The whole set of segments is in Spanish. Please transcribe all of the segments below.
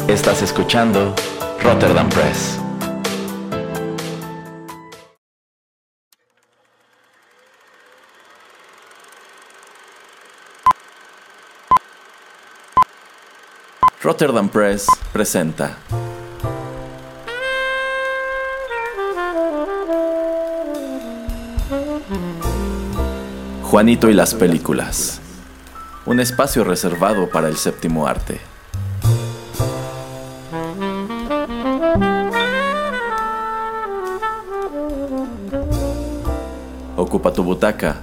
Estás escuchando Rotterdam Press. Rotterdam Press presenta Juanito y las películas, un espacio reservado para el séptimo arte. Ocupa tu butaca.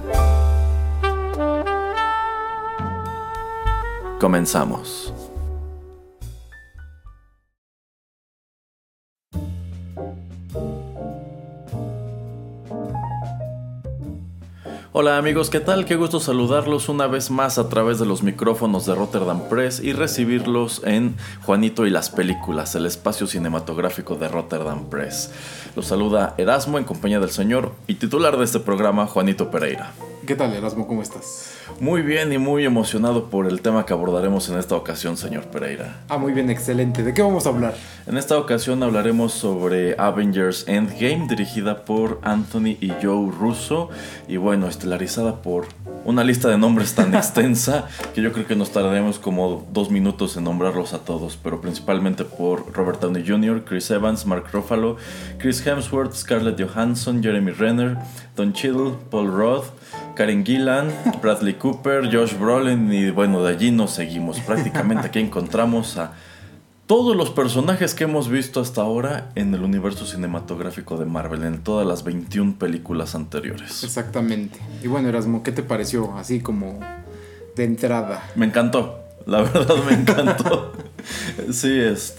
Comenzamos. Hola amigos, ¿qué tal? Qué gusto saludarlos una vez más a través de los micrófonos de Rotterdam Press y recibirlos en Juanito y las películas, el espacio cinematográfico de Rotterdam Press. Los saluda Erasmo en compañía del señor y titular de este programa, Juanito Pereira. ¿Qué tal, Erasmo? ¿Cómo estás? Muy bien y muy emocionado por el tema que abordaremos en esta ocasión, señor Pereira. Muy bien, excelente. ¿De qué vamos a hablar? En esta ocasión hablaremos sobre Avengers Endgame, dirigida por Anthony y Joe Russo y bueno, estelarizada por una lista de nombres tan extensa que yo creo que nos tardaremos como 2 minutos en nombrarlos a todos, pero principalmente por Robert Downey Jr., Chris Evans, Mark Ruffalo, Chris Hemsworth, Scarlett Johansson, Jeremy Renner, Don Cheadle, Paul Rudd, Karen Gillan, Bradley Cooper, Josh Brolin y bueno, de allí nos seguimos. Prácticamente aquí encontramos a todos los personajes que hemos visto hasta ahora en el universo cinematográfico de Marvel, en todas las 21 películas anteriores. Exactamente. Y bueno, Erasmo, ¿qué te pareció así como de entrada? Me encantó, la verdad me encantó. Sí,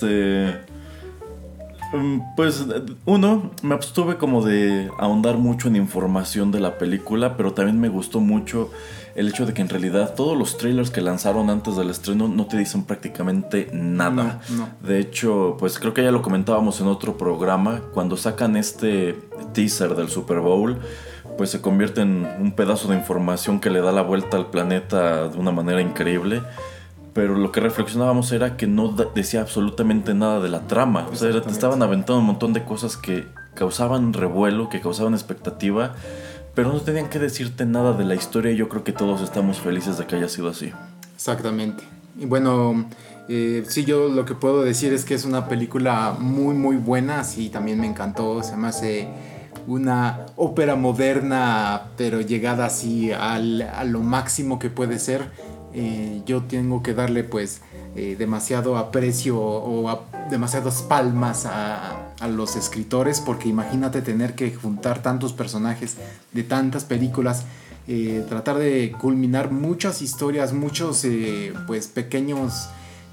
pues uno, me abstuve como de ahondar mucho en información de la película, pero también me gustó mucho el hecho de que en realidad todos los trailers que lanzaron antes del estreno no te dicen prácticamente nada. No. De hecho, pues creo que ya lo comentábamos en otro programa, cuando sacan este teaser del Super Bowl, pues se convierte en un pedazo de información que le da la vuelta al planeta de una manera increíble. Pero lo que reflexionábamos era que no decía absolutamente nada de la trama. O sea, te estaban aventando un montón de cosas que causaban revuelo, que causaban expectativa, pero no tenían que decirte nada de la historia y yo creo que todos estamos felices de que haya sido así. Exactamente. Y bueno, sí, yo lo que puedo decir es que es una película muy muy buena. Sí, también me encantó. Se me hace una ópera moderna, pero llegada así a lo máximo que puede ser. Yo tengo que darle pues demasiado aprecio o demasiadas palmas a los escritores, porque imagínate tener que juntar tantos personajes de tantas películas, tratar de culminar muchas historias, muchos pues pequeños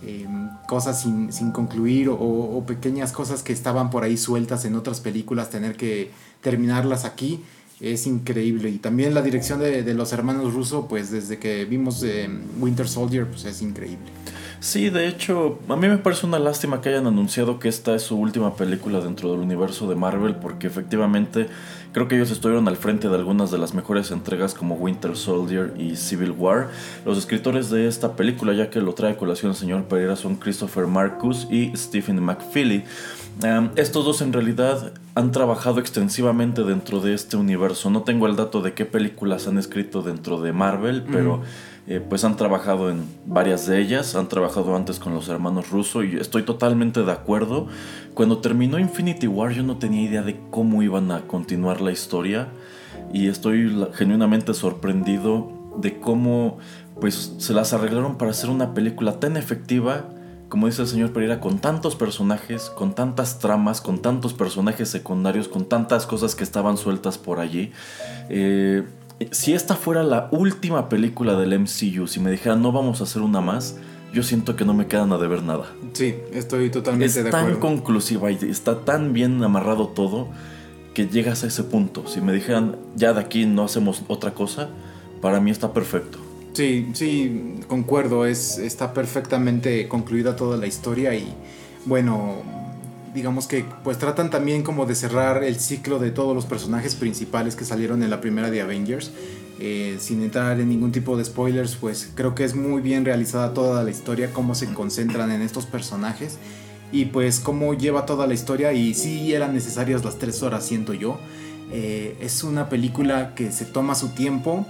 cosas sin concluir o pequeñas cosas que estaban por ahí sueltas en otras películas, tener que terminarlas aquí. Es increíble. Y también la dirección de los hermanos Russo, pues desde que vimos Winter Soldier, pues es increíble. Sí, de hecho, a mí me parece una lástima que hayan anunciado que esta es su última película dentro del universo de Marvel, porque efectivamente creo que ellos estuvieron al frente de algunas de las mejores entregas como Winter Soldier y Civil War. Los escritores de esta película, ya que lo trae a colación el señor Pereira, son Christopher Marcus y Stephen McFeely. Estos dos en realidad han trabajado extensivamente dentro de este universo. No tengo el dato de qué películas han escrito dentro de Marvel, pero pues han trabajado en varias de ellas. Han trabajado antes con los hermanos Russo y estoy totalmente de acuerdo. Cuando terminó Infinity War yo no tenía idea de cómo iban a continuar la historia y estoy genuinamente sorprendido de cómo pues se las arreglaron para hacer una película tan efectiva, como dice el señor Pereira, con tantos personajes, con tantas tramas, con tantos personajes secundarios, con tantas cosas que estaban sueltas por allí. Si esta fuera la última película del MCU, si me dijeran no vamos a hacer una más, yo siento que no me quedan a deber nada. Sí, estoy totalmente de acuerdo. Es tan conclusiva y está tan bien amarrado todo que llegas a ese punto. Si me dijeran ya de aquí no hacemos otra cosa, para mí está perfecto. Sí, concuerdo, está perfectamente concluida toda la historia y bueno, digamos que pues tratan también como de cerrar el ciclo de todos los personajes principales que salieron en la primera de Avengers. sin entrar en ningún tipo de spoilers, pues creo que es muy bien realizada toda la historia, cómo se concentran en estos personajes y pues cómo lleva toda la historia, y sí eran necesarias las 3 horas, siento yo. Es una película que se toma su tiempo,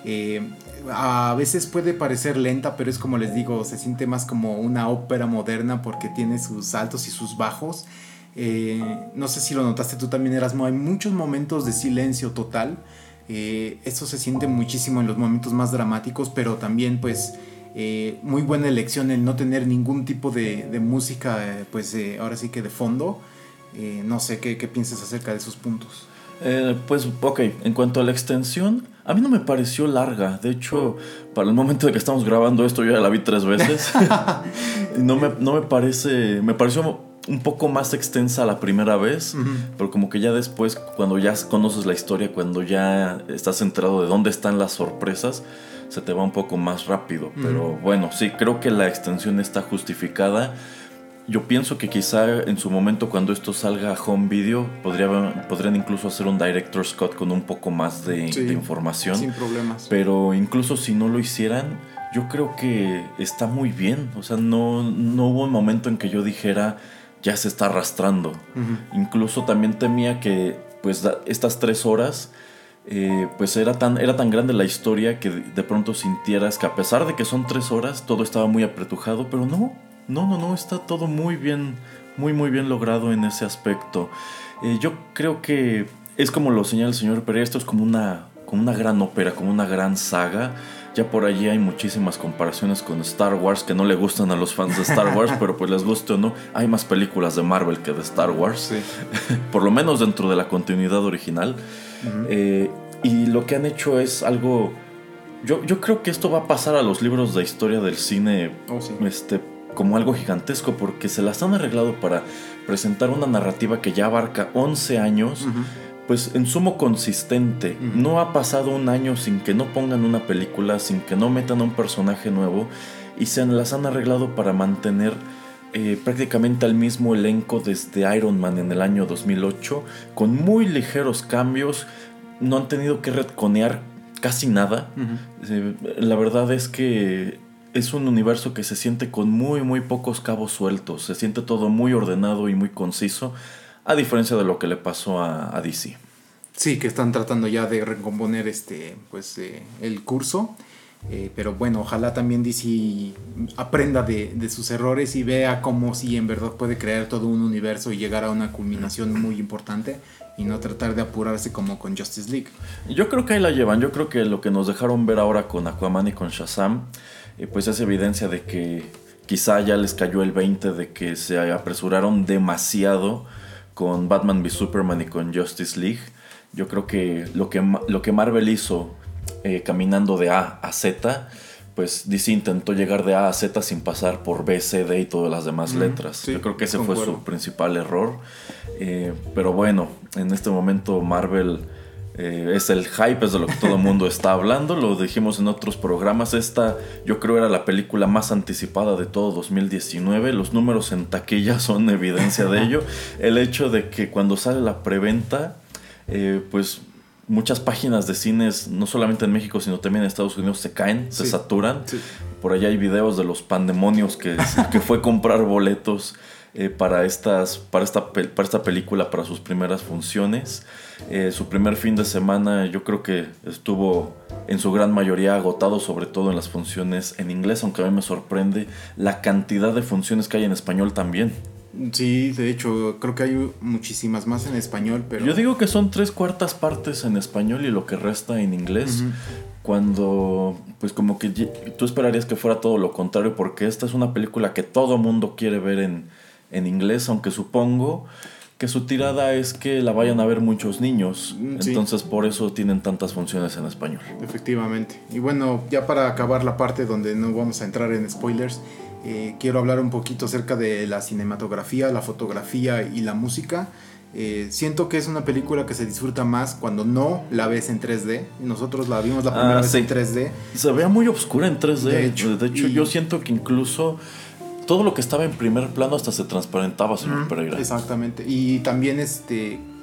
a veces puede parecer lenta, pero es como les digo, se siente más como una ópera moderna porque tiene sus altos y sus bajos. No sé si lo notaste tú también, Erasmo, hay muchos momentos de silencio total. Esto se siente muchísimo en los momentos más dramáticos, pero también pues muy buena elección el no tener ningún tipo de música, ahora sí que de fondo. No sé qué piensas acerca de esos puntos. Pues ok, en cuanto a la extensión, a mí no me pareció larga. De hecho, para el momento de que estamos grabando esto, yo ya la vi 3 veces. no me parece, me pareció un poco más extensa la primera vez, pero como que ya después, cuando ya conoces la historia, cuando ya estás enterado de dónde están las sorpresas, se te va un poco más rápido. Pero bueno, sí, creo que la extensión está justificada. Yo pienso que quizá en su momento, cuando esto salga a home video, podrían incluso hacer un director's cut con un poco más de información. Sin problemas. Pero incluso si no lo hicieran, yo creo que está muy bien. O sea, no hubo un momento en que yo dijera, ya se está arrastrando. Incluso también temía que pues estas 3 horas, pues era tan grande la historia que de pronto sintieras que, a pesar de que son 3 horas, todo estaba muy apretujado, pero no, está todo muy bien, muy bien logrado en ese aspecto. Yo creo que es como lo señala el señor Pereira, esto es como una gran ópera, como una gran saga. Ya por allí hay muchísimas comparaciones con Star Wars que no le gustan a los fans de Star Wars, pero pues les guste o no, hay más películas de Marvel que de Star Wars, sí. Por lo menos dentro de la continuidad original. Y lo que han hecho es algo... Yo creo que esto va a pasar a los libros de historia del cine, como algo gigantesco, porque se las han arreglado para presentar una narrativa que ya abarca 11 años, pues en sumo consistente. No ha pasado un año sin que no pongan una película, sin que no metan un personaje nuevo, y se las han arreglado para mantener prácticamente al mismo elenco desde Iron Man en el año 2008, con muy ligeros cambios. No han tenido que retconear casi nada. La verdad es que es un universo que se siente con muy pocos cabos sueltos. Se siente todo muy ordenado y muy conciso, a diferencia de lo que le pasó a DC. Sí, que están tratando ya de recomponer el curso. Pero bueno, ojalá también DC aprenda de sus errores y vea cómo sí en verdad puede crear todo un universo y llegar a una culminación muy importante, y no tratar de apurarse como con Justice League. Yo creo que ahí la llevan. Yo creo que lo que nos dejaron ver ahora con Aquaman y con Shazam, pues es evidencia de que quizá ya les cayó el 20 de que se apresuraron demasiado con Batman v Superman y con Justice League. Yo creo que lo que Marvel hizo caminando de A a Z, pues DC intentó llegar de A a Z sin pasar por B, C, D y todas las demás letras. Sí, yo creo que ese fue su principal error. Pero bueno, en este momento Marvel es el hype, es de lo que todo el mundo está hablando. Lo dijimos en otros programas. Esta, yo creo, era la película más anticipada de todo 2019. Los números en taquilla son evidencia de ello. El hecho de que cuando sale la preventa, pues muchas páginas de cines, no solamente en México, sino también en Estados Unidos, se caen, se saturan. Sí. Por allá hay videos de los pandemonios que fue comprar boletos para esta película, para sus primeras funciones. Su primer fin de semana yo creo que estuvo en su gran mayoría agotado, sobre todo en las funciones en inglés, aunque a mí me sorprende la cantidad de funciones que hay en español también. Sí, de hecho, creo que hay muchísimas más en español, pero... Yo digo que son 3/4 partes en español y lo que resta en inglés. Cuando, pues como que tú esperarías que fuera todo lo contrario, porque esta es una película que todo mundo quiere ver en inglés, aunque supongo que su tirada es que la vayan a ver muchos niños. Sí. Entonces por eso tienen tantas funciones en español. Efectivamente. Y bueno, ya para acabar la parte donde no vamos a entrar en spoilers, quiero hablar un poquito acerca de la cinematografía, la fotografía y la música. Siento que es una película que se disfruta más cuando no la ves en 3D. Nosotros la vimos la primera vez en 3D. Se veía muy oscura en 3D. De hecho, yo siento que incluso todo lo que estaba en primer plano hasta se transparentaba, señor Pereira. Exactamente. Y también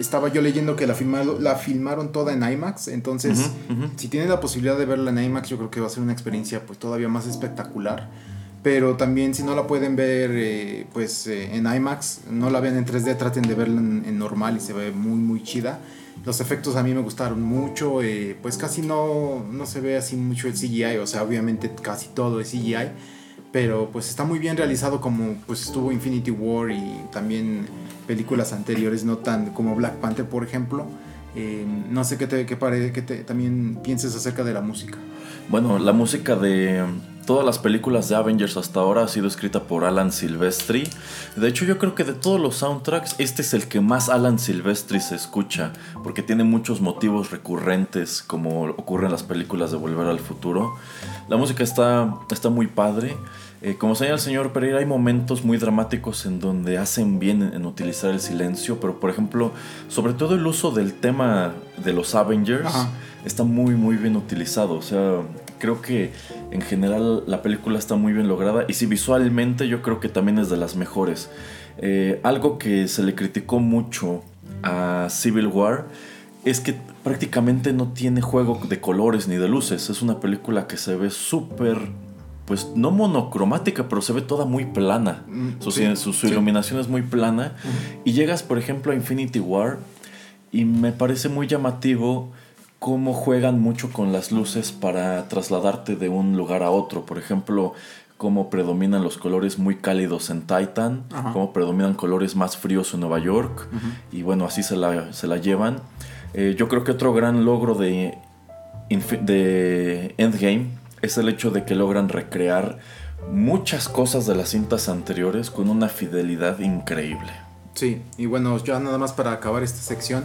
estaba yo leyendo que la filmaron toda en IMAX, entonces si tienen la posibilidad de verla en IMAX, yo creo que va a ser una experiencia pues todavía más espectacular. Pero también si no la pueden ver en IMAX, no la vean en 3D, traten de verla en normal y se ve muy muy chida. Los efectos a mí me gustaron mucho, pues casi no se ve así mucho el CGI, o sea, obviamente casi todo es CGI, pero pues está muy bien realizado como pues estuvo Infinity War y también películas anteriores, no tan como Black Panther, por ejemplo. No sé qué también pienses acerca de la música. Bueno, la música de todas las películas de Avengers hasta ahora ha sido escrita por Alan Silvestri. De hecho, yo creo que de todos los soundtracks, este es el que más Alan Silvestri se escucha, porque tiene muchos motivos recurrentes, como ocurre en las películas de Volver al Futuro. La música está muy padre. Como señala el señor Pereira, hay momentos muy dramáticos en donde hacen bien en utilizar el silencio, pero por ejemplo, sobre todo el uso del tema de los Avengers está muy muy bien utilizado. O sea, creo que en general la película está muy bien lograda y sí, visualmente yo creo que también es de las mejores. Algo que se le criticó mucho a Civil War es que prácticamente no tiene juego de colores ni de luces. Es una película que se ve súper, pues no monocromática, pero se ve toda muy plana. Su iluminación es muy plana. Y llegas, por ejemplo, a Infinity War y me parece muy llamativo cómo juegan mucho con las luces para trasladarte de un lugar a otro. Por ejemplo, cómo predominan los colores muy cálidos en Titan, cómo predominan colores más fríos en Nueva York. Y bueno, así se la llevan. Yo creo que otro gran logro de Endgame es el hecho de que logran recrear muchas cosas de las cintas anteriores con una fidelidad increíble. Sí, y bueno, ya nada más para acabar esta sección,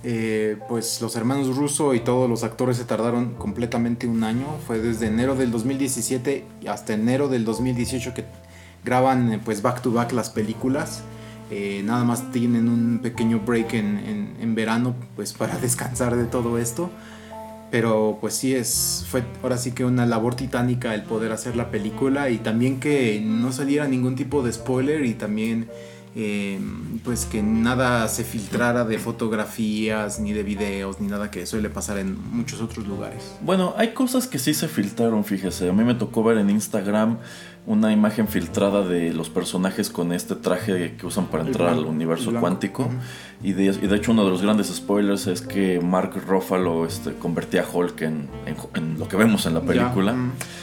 pues los hermanos Russo y todos los actores se tardaron completamente un año. Fue desde enero del 2017 hasta enero del 2018 que graban pues back to back las películas. Nada más tienen un pequeño break en verano pues para descansar de todo esto. Pero pues sí, fue ahora sí que una labor titánica el poder hacer la película y también que no saliera ningún tipo de spoiler y también pues que nada se filtrara de fotografías ni de videos ni nada que suele pasar en muchos otros lugares. Bueno, hay cosas que sí se filtraron, fíjese. A mí me tocó ver en Instagram una imagen filtrada de los personajes con este traje que usan para entrar al universo cuántico. Y de hecho uno de los grandes spoilers es que Mark Ruffalo convertía a Hulk en lo que vemos en la película.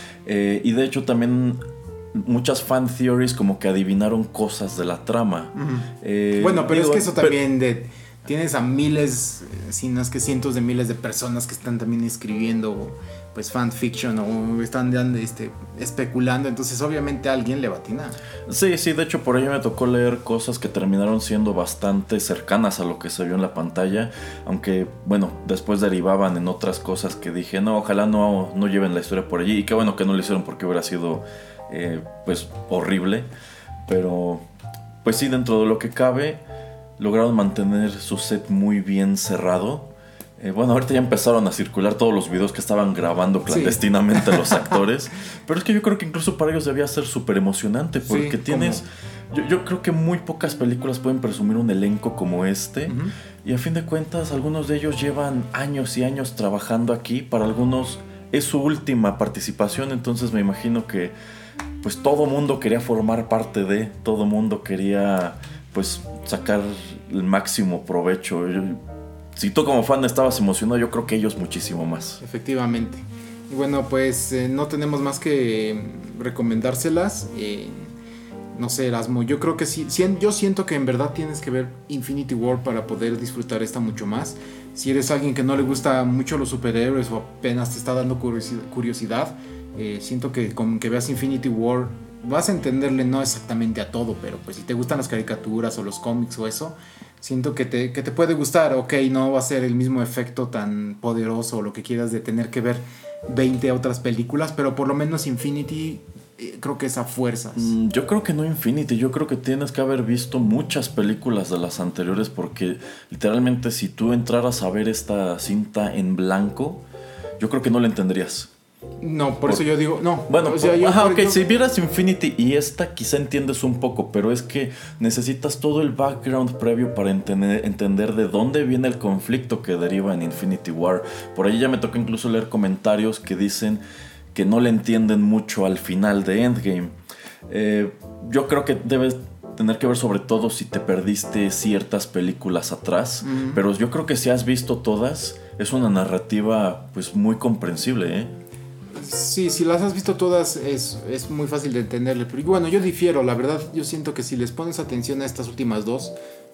Y de hecho también muchas fan theories como que adivinaron cosas de la trama. Bueno, pero es que eso también tienes a miles, si no es que cientos de miles de personas que están también escribiendo pues fanfiction o están especulando, entonces obviamente a alguien le va a atinar. Sí, de hecho por ahí me tocó leer cosas que terminaron siendo bastante cercanas a lo que se vio en la pantalla, aunque bueno, después derivaban en otras cosas que dije, no, ojalá no lleven la historia por allí, y qué bueno que no lo hicieron porque hubiera sido pues horrible, pero pues sí, dentro de lo que cabe lograron mantener su set muy bien cerrado. Bueno, ahorita ya empezaron a circular todos los videos que estaban grabando clandestinamente los actores, pero es que yo creo que incluso para ellos debía ser súper emocionante porque tienes, yo creo que muy pocas películas pueden presumir un elenco como este, y a fin de cuentas algunos de ellos llevan años y años trabajando aquí, para algunos es su última participación, entonces me imagino que pues todo mundo quería formar parte de, todo mundo quería pues sacar el máximo provecho. Si tú como fan estabas emocionado, yo creo que ellos muchísimo más. Efectivamente. Y bueno, pues no tenemos más que recomendárselas. No sé, Erasmo, yo creo que sí. Yo siento que en verdad tienes que ver Infinity War para poder disfrutar esta mucho más. Si eres alguien que no le gusta mucho los superhéroes o apenas te está dando curiosidad, siento que con que veas Infinity War vas a entenderle no exactamente a todo, pero pues si te gustan las caricaturas o los cómics o eso, siento que te puede gustar. Ok, no va a ser el mismo efecto tan poderoso o lo que quieras de tener que ver 20 otras películas, pero por lo menos Infinity creo que es a fuerzas. Yo creo que no Infinity, yo creo que tienes que haber visto muchas películas de las anteriores, porque literalmente si tú entraras a ver esta cinta en blanco, yo creo que no la entenderías. No, por eso yo digo, no. Bueno, o sea, yo, si vieras Infinity y esta quizá entiendes un poco, pero es que necesitas todo el background previo para entender de dónde viene el conflicto que deriva en Infinity War. Por ahí ya me tocó incluso leer comentarios que dicen que no le entienden mucho al final de Endgame. Yo creo que debes tener que ver sobre todo si te perdiste ciertas películas atrás, pero yo creo que si has visto todas, es una narrativa pues muy comprensible, ¿eh? Sí, si las has visto todas es muy fácil de entenderle. Pero bueno, yo difiero, la verdad, yo siento que si les pones atención a estas últimas dos,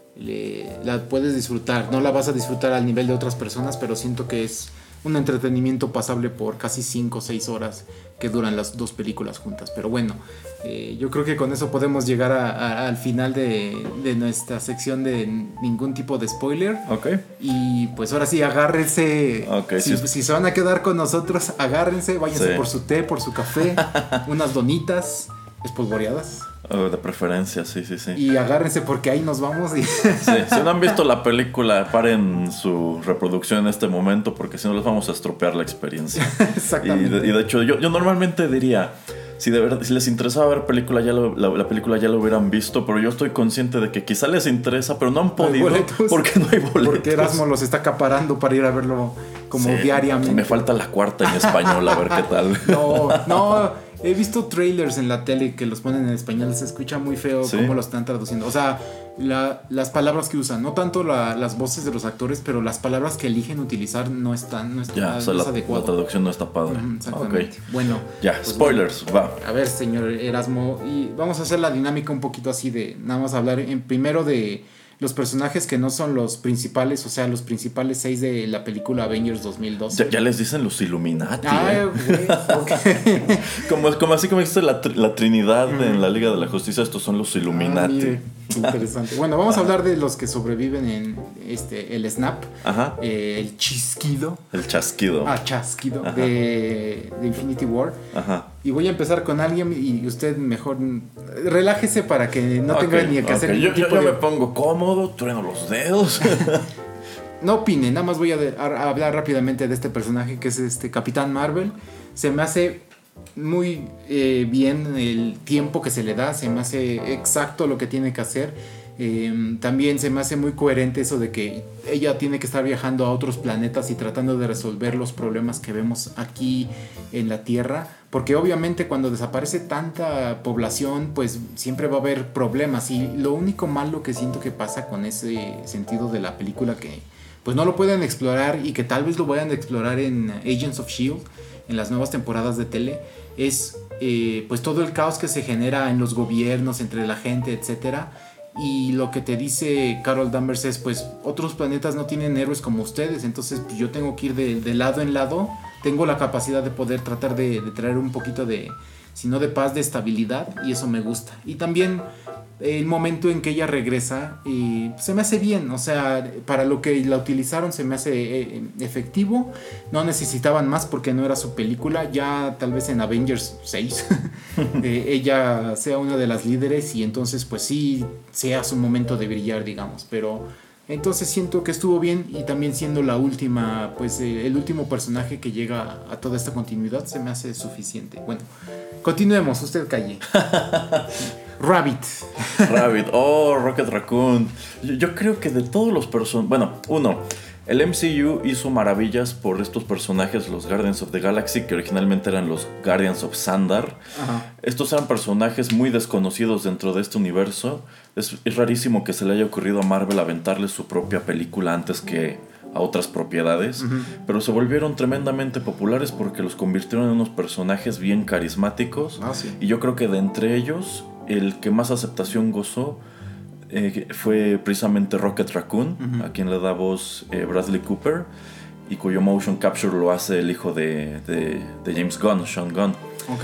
la puedes disfrutar. No la vas a disfrutar al nivel de otras personas, pero siento que es un entretenimiento pasable por casi 5 o 6 horas que duran las dos películas juntas. Pero bueno, yo creo que con eso podemos llegar al final de nuestra sección de ningún tipo de spoiler. Ok. Y pues ahora sí, agárrense. Okay, si se van a quedar con nosotros, agárrense, váyanse por su té, por su café, unas donitas espolvoreadas. De preferencia, sí. Y agárrense porque ahí nos vamos. Sí, si no han visto la película, paren su reproducción en este momento porque si no les vamos a estropear la experiencia. Exactamente. Y de hecho, yo normalmente diría, si de verdad si les interesaba ver película, la película ya lo hubieran visto, pero yo estoy consciente de que quizá les interesa, pero no han podido porque no hay boletos. Porque Erasmo los está acaparando para ir a verlo como diariamente. Me falta la cuarta en español, a ver qué tal. No. He visto trailers en la tele que los ponen en español. Se escucha muy feo cómo lo están traduciendo. O sea, las palabras que usan. No tanto las voces de los actores, pero las palabras que eligen utilizar no están adecuado. La traducción no está padre. Exactamente. Okay. Bueno. Ya, pues spoilers, va. A ver, señor Erasmo. Y vamos a hacer la dinámica un poquito así de... Nada más hablar primero de los personajes que no son los principales, o sea, los principales 6 de la película Avengers 2012. Ya les dicen los Illuminati. Güey, okay. como así como existe la Trinidad en la Liga de la Justicia, estos son los Illuminati. Mire, interesante. Bueno, vamos a hablar de los que sobreviven en el Snap. Ajá. El chasquido. El chasquido. Chasquido de Infinity War. Ajá. Y voy a empezar con alguien y usted mejor relájese para que no tenga ni que hacer yo me pongo cómodo, trueno los dedos. No opine, nada más voy a hablar rápidamente de este personaje que es Capitán Marvel. Se me hace muy bien el tiempo que se le da, se me hace exacto lo que tiene que hacer. También se me hace muy coherente eso de que ella tiene que estar viajando a otros planetas y tratando de resolver los problemas que vemos aquí en la Tierra, porque obviamente cuando desaparece tanta población pues siempre va a haber problemas, y lo único malo que siento que pasa con ese sentido de la película, que pues no lo pueden explorar y que tal vez lo vayan a explorar en Agents of S.H.I.E.L.D., en las nuevas temporadas de tele, es pues todo el caos que se genera en los gobiernos, entre la gente, etcétera. Y lo que te dice Carol Danvers es, pues otros planetas no tienen héroes como ustedes, entonces pues, yo tengo que ir de lado en lado. Tengo la capacidad de poder tratar de traer un poquito de, si no de paz, de estabilidad, y eso me gusta. Y también el momento en que ella regresa se me hace bien, o sea, para lo que la utilizaron se me hace efectivo. No necesitaban más porque no era su película. Ya tal vez en Avengers 6 ella sea una de las líderes y entonces pues sí sea su momento de brillar, digamos, pero entonces siento que estuvo bien. Y también siendo la última, pues el último personaje que llega a toda esta continuidad, se me hace suficiente. Bueno, continuemos, usted calle. Rabbit, Rocket Raccoon. Yo creo que de todos los personajes, bueno, el MCU hizo maravillas por estos personajes, los Guardians of the Galaxy, que originalmente eran los Guardians of Xandar. Ajá. Estos eran personajes muy desconocidos dentro de este universo. Es rarísimo que se le haya ocurrido a Marvel aventarle su propia película antes que a otras propiedades, pero se volvieron tremendamente populares porque los convirtieron en unos personajes bien carismáticos. Sí. Y yo creo que de entre ellos el que más aceptación gozó fue precisamente Rocket Raccoon, a quien le da voz Bradley Cooper, y cuyo motion capture lo hace el hijo de James Gunn, Sean Gunn.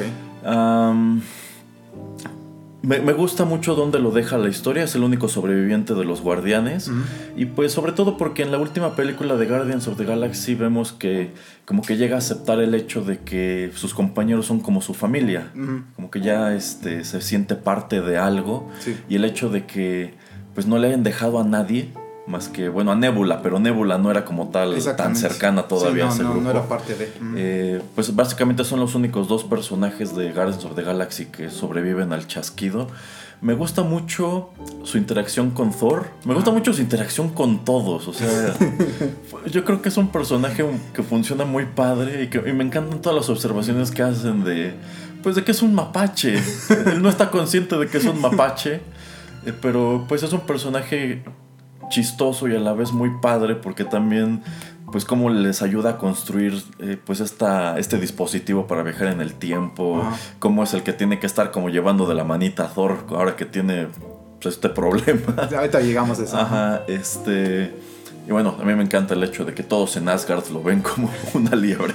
Me gusta mucho dónde lo deja la historia. Es el único sobreviviente de los Guardianes. Y pues sobre todo porque en la última película de Guardians of the Galaxy vemos que como que llega a aceptar el hecho de que sus compañeros son como su familia. Como que ya se siente parte de algo. Sí. Y el hecho de que pues no le hayan dejado a nadie más que, bueno, a Nebula, pero Nebula no era como tal tan cercana todavía a ese grupo. No era parte de... Pues básicamente son los únicos dos personajes de Guardians of the Galaxy que sobreviven al chasquido. Me gusta mucho su interacción con Thor. Me gusta mucho su interacción con todos. O sea, yo creo que es un personaje que funciona muy padre y me encantan todas las observaciones que hacen de que es un mapache. Él no está consciente de que es un mapache, pero pues es un personaje chistoso y a la vez muy padre porque también pues cómo les ayuda a construir pues este dispositivo para viajar en el tiempo. Cómo es el que tiene que estar como llevando de la manita a Thor ahora que tiene pues, este problema. Ahorita llegamos a eso. Ajá, y bueno, a mí me encanta el hecho de que todos en Asgard lo ven como una liebre.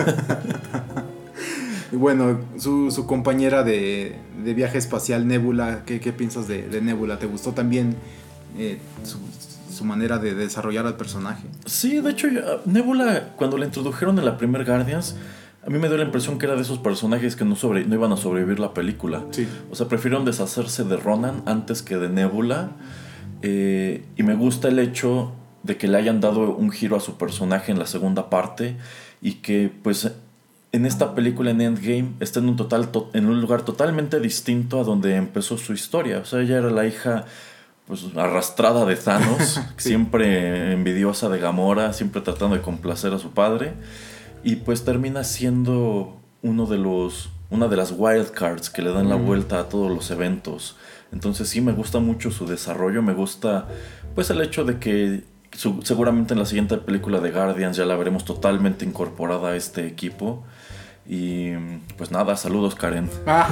Y bueno, su compañera de viaje espacial, Nebula, ¿qué piensas de Nebula? ¿Te gustó también su manera de desarrollar al personaje? Sí, de hecho, Nebula, cuando la introdujeron en la primer Guardians, a mí me dio la impresión que era de esos personajes que no iban a sobrevivir la película. Sí. O sea, prefirieron deshacerse de Ronan antes que de Nebula. Y me gusta el hecho de que le hayan dado un giro a su personaje en la segunda parte y que, pues, en esta película, en Endgame, está en un lugar totalmente distinto a donde empezó su historia. O sea, ella era la hija pues arrastrada de Thanos, sí. Siempre envidiosa de Gamora, siempre tratando de complacer a su padre, y pues termina siendo una de las wildcards que le dan la vuelta a todos los eventos. Entonces sí me gusta mucho su desarrollo, me gusta pues el hecho de que seguramente en la siguiente película de Guardians ya la veremos totalmente incorporada a este equipo. Y pues nada, saludos Karen.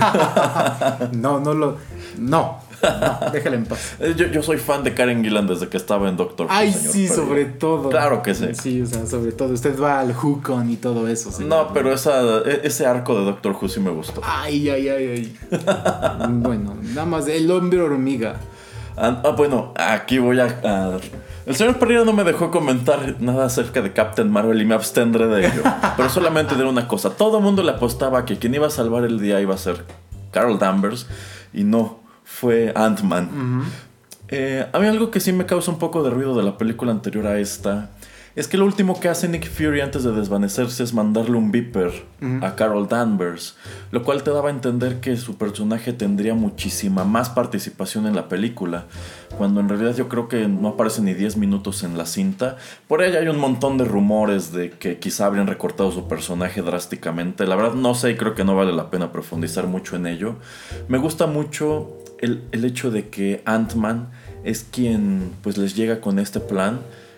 No, déjala en paz. Yo soy fan de Karen Gillan desde que estaba en Doctor Who. Ay, sí, sobre todo. Claro que sí. Sí, o sea, sobre todo. Usted va al Who-Con y todo eso. ¿Sí? No, pero ese arco de Doctor Who sí me gustó. Ay. Bueno, nada más el hombre hormiga. Bueno, aquí voy a... El señor Pereira no me dejó comentar nada acerca de Captain Marvel y me abstendré de ello. Pero solamente diré una cosa. Todo el mundo le apostaba que quien iba a salvar el día iba a ser Carol Danvers. Y no, fue Ant-Man. A mí algo que sí me causa un poco de ruido de la película anterior a esta es que lo último que hace Nick Fury antes de desvanecerse es mandarle un beeper a Carol Danvers, lo cual te daba a entender que su personaje tendría muchísima más participación en la película, cuando en realidad yo creo que no aparece ni 10 minutos en la cinta. Por ahí hay un montón de rumores de que quizá habrían recortado su personaje drásticamente. La verdad no sé y creo que no vale la pena profundizar mucho en ello. Me gusta mucho el hecho de que Ant-Man es quien pues les llega con este plan.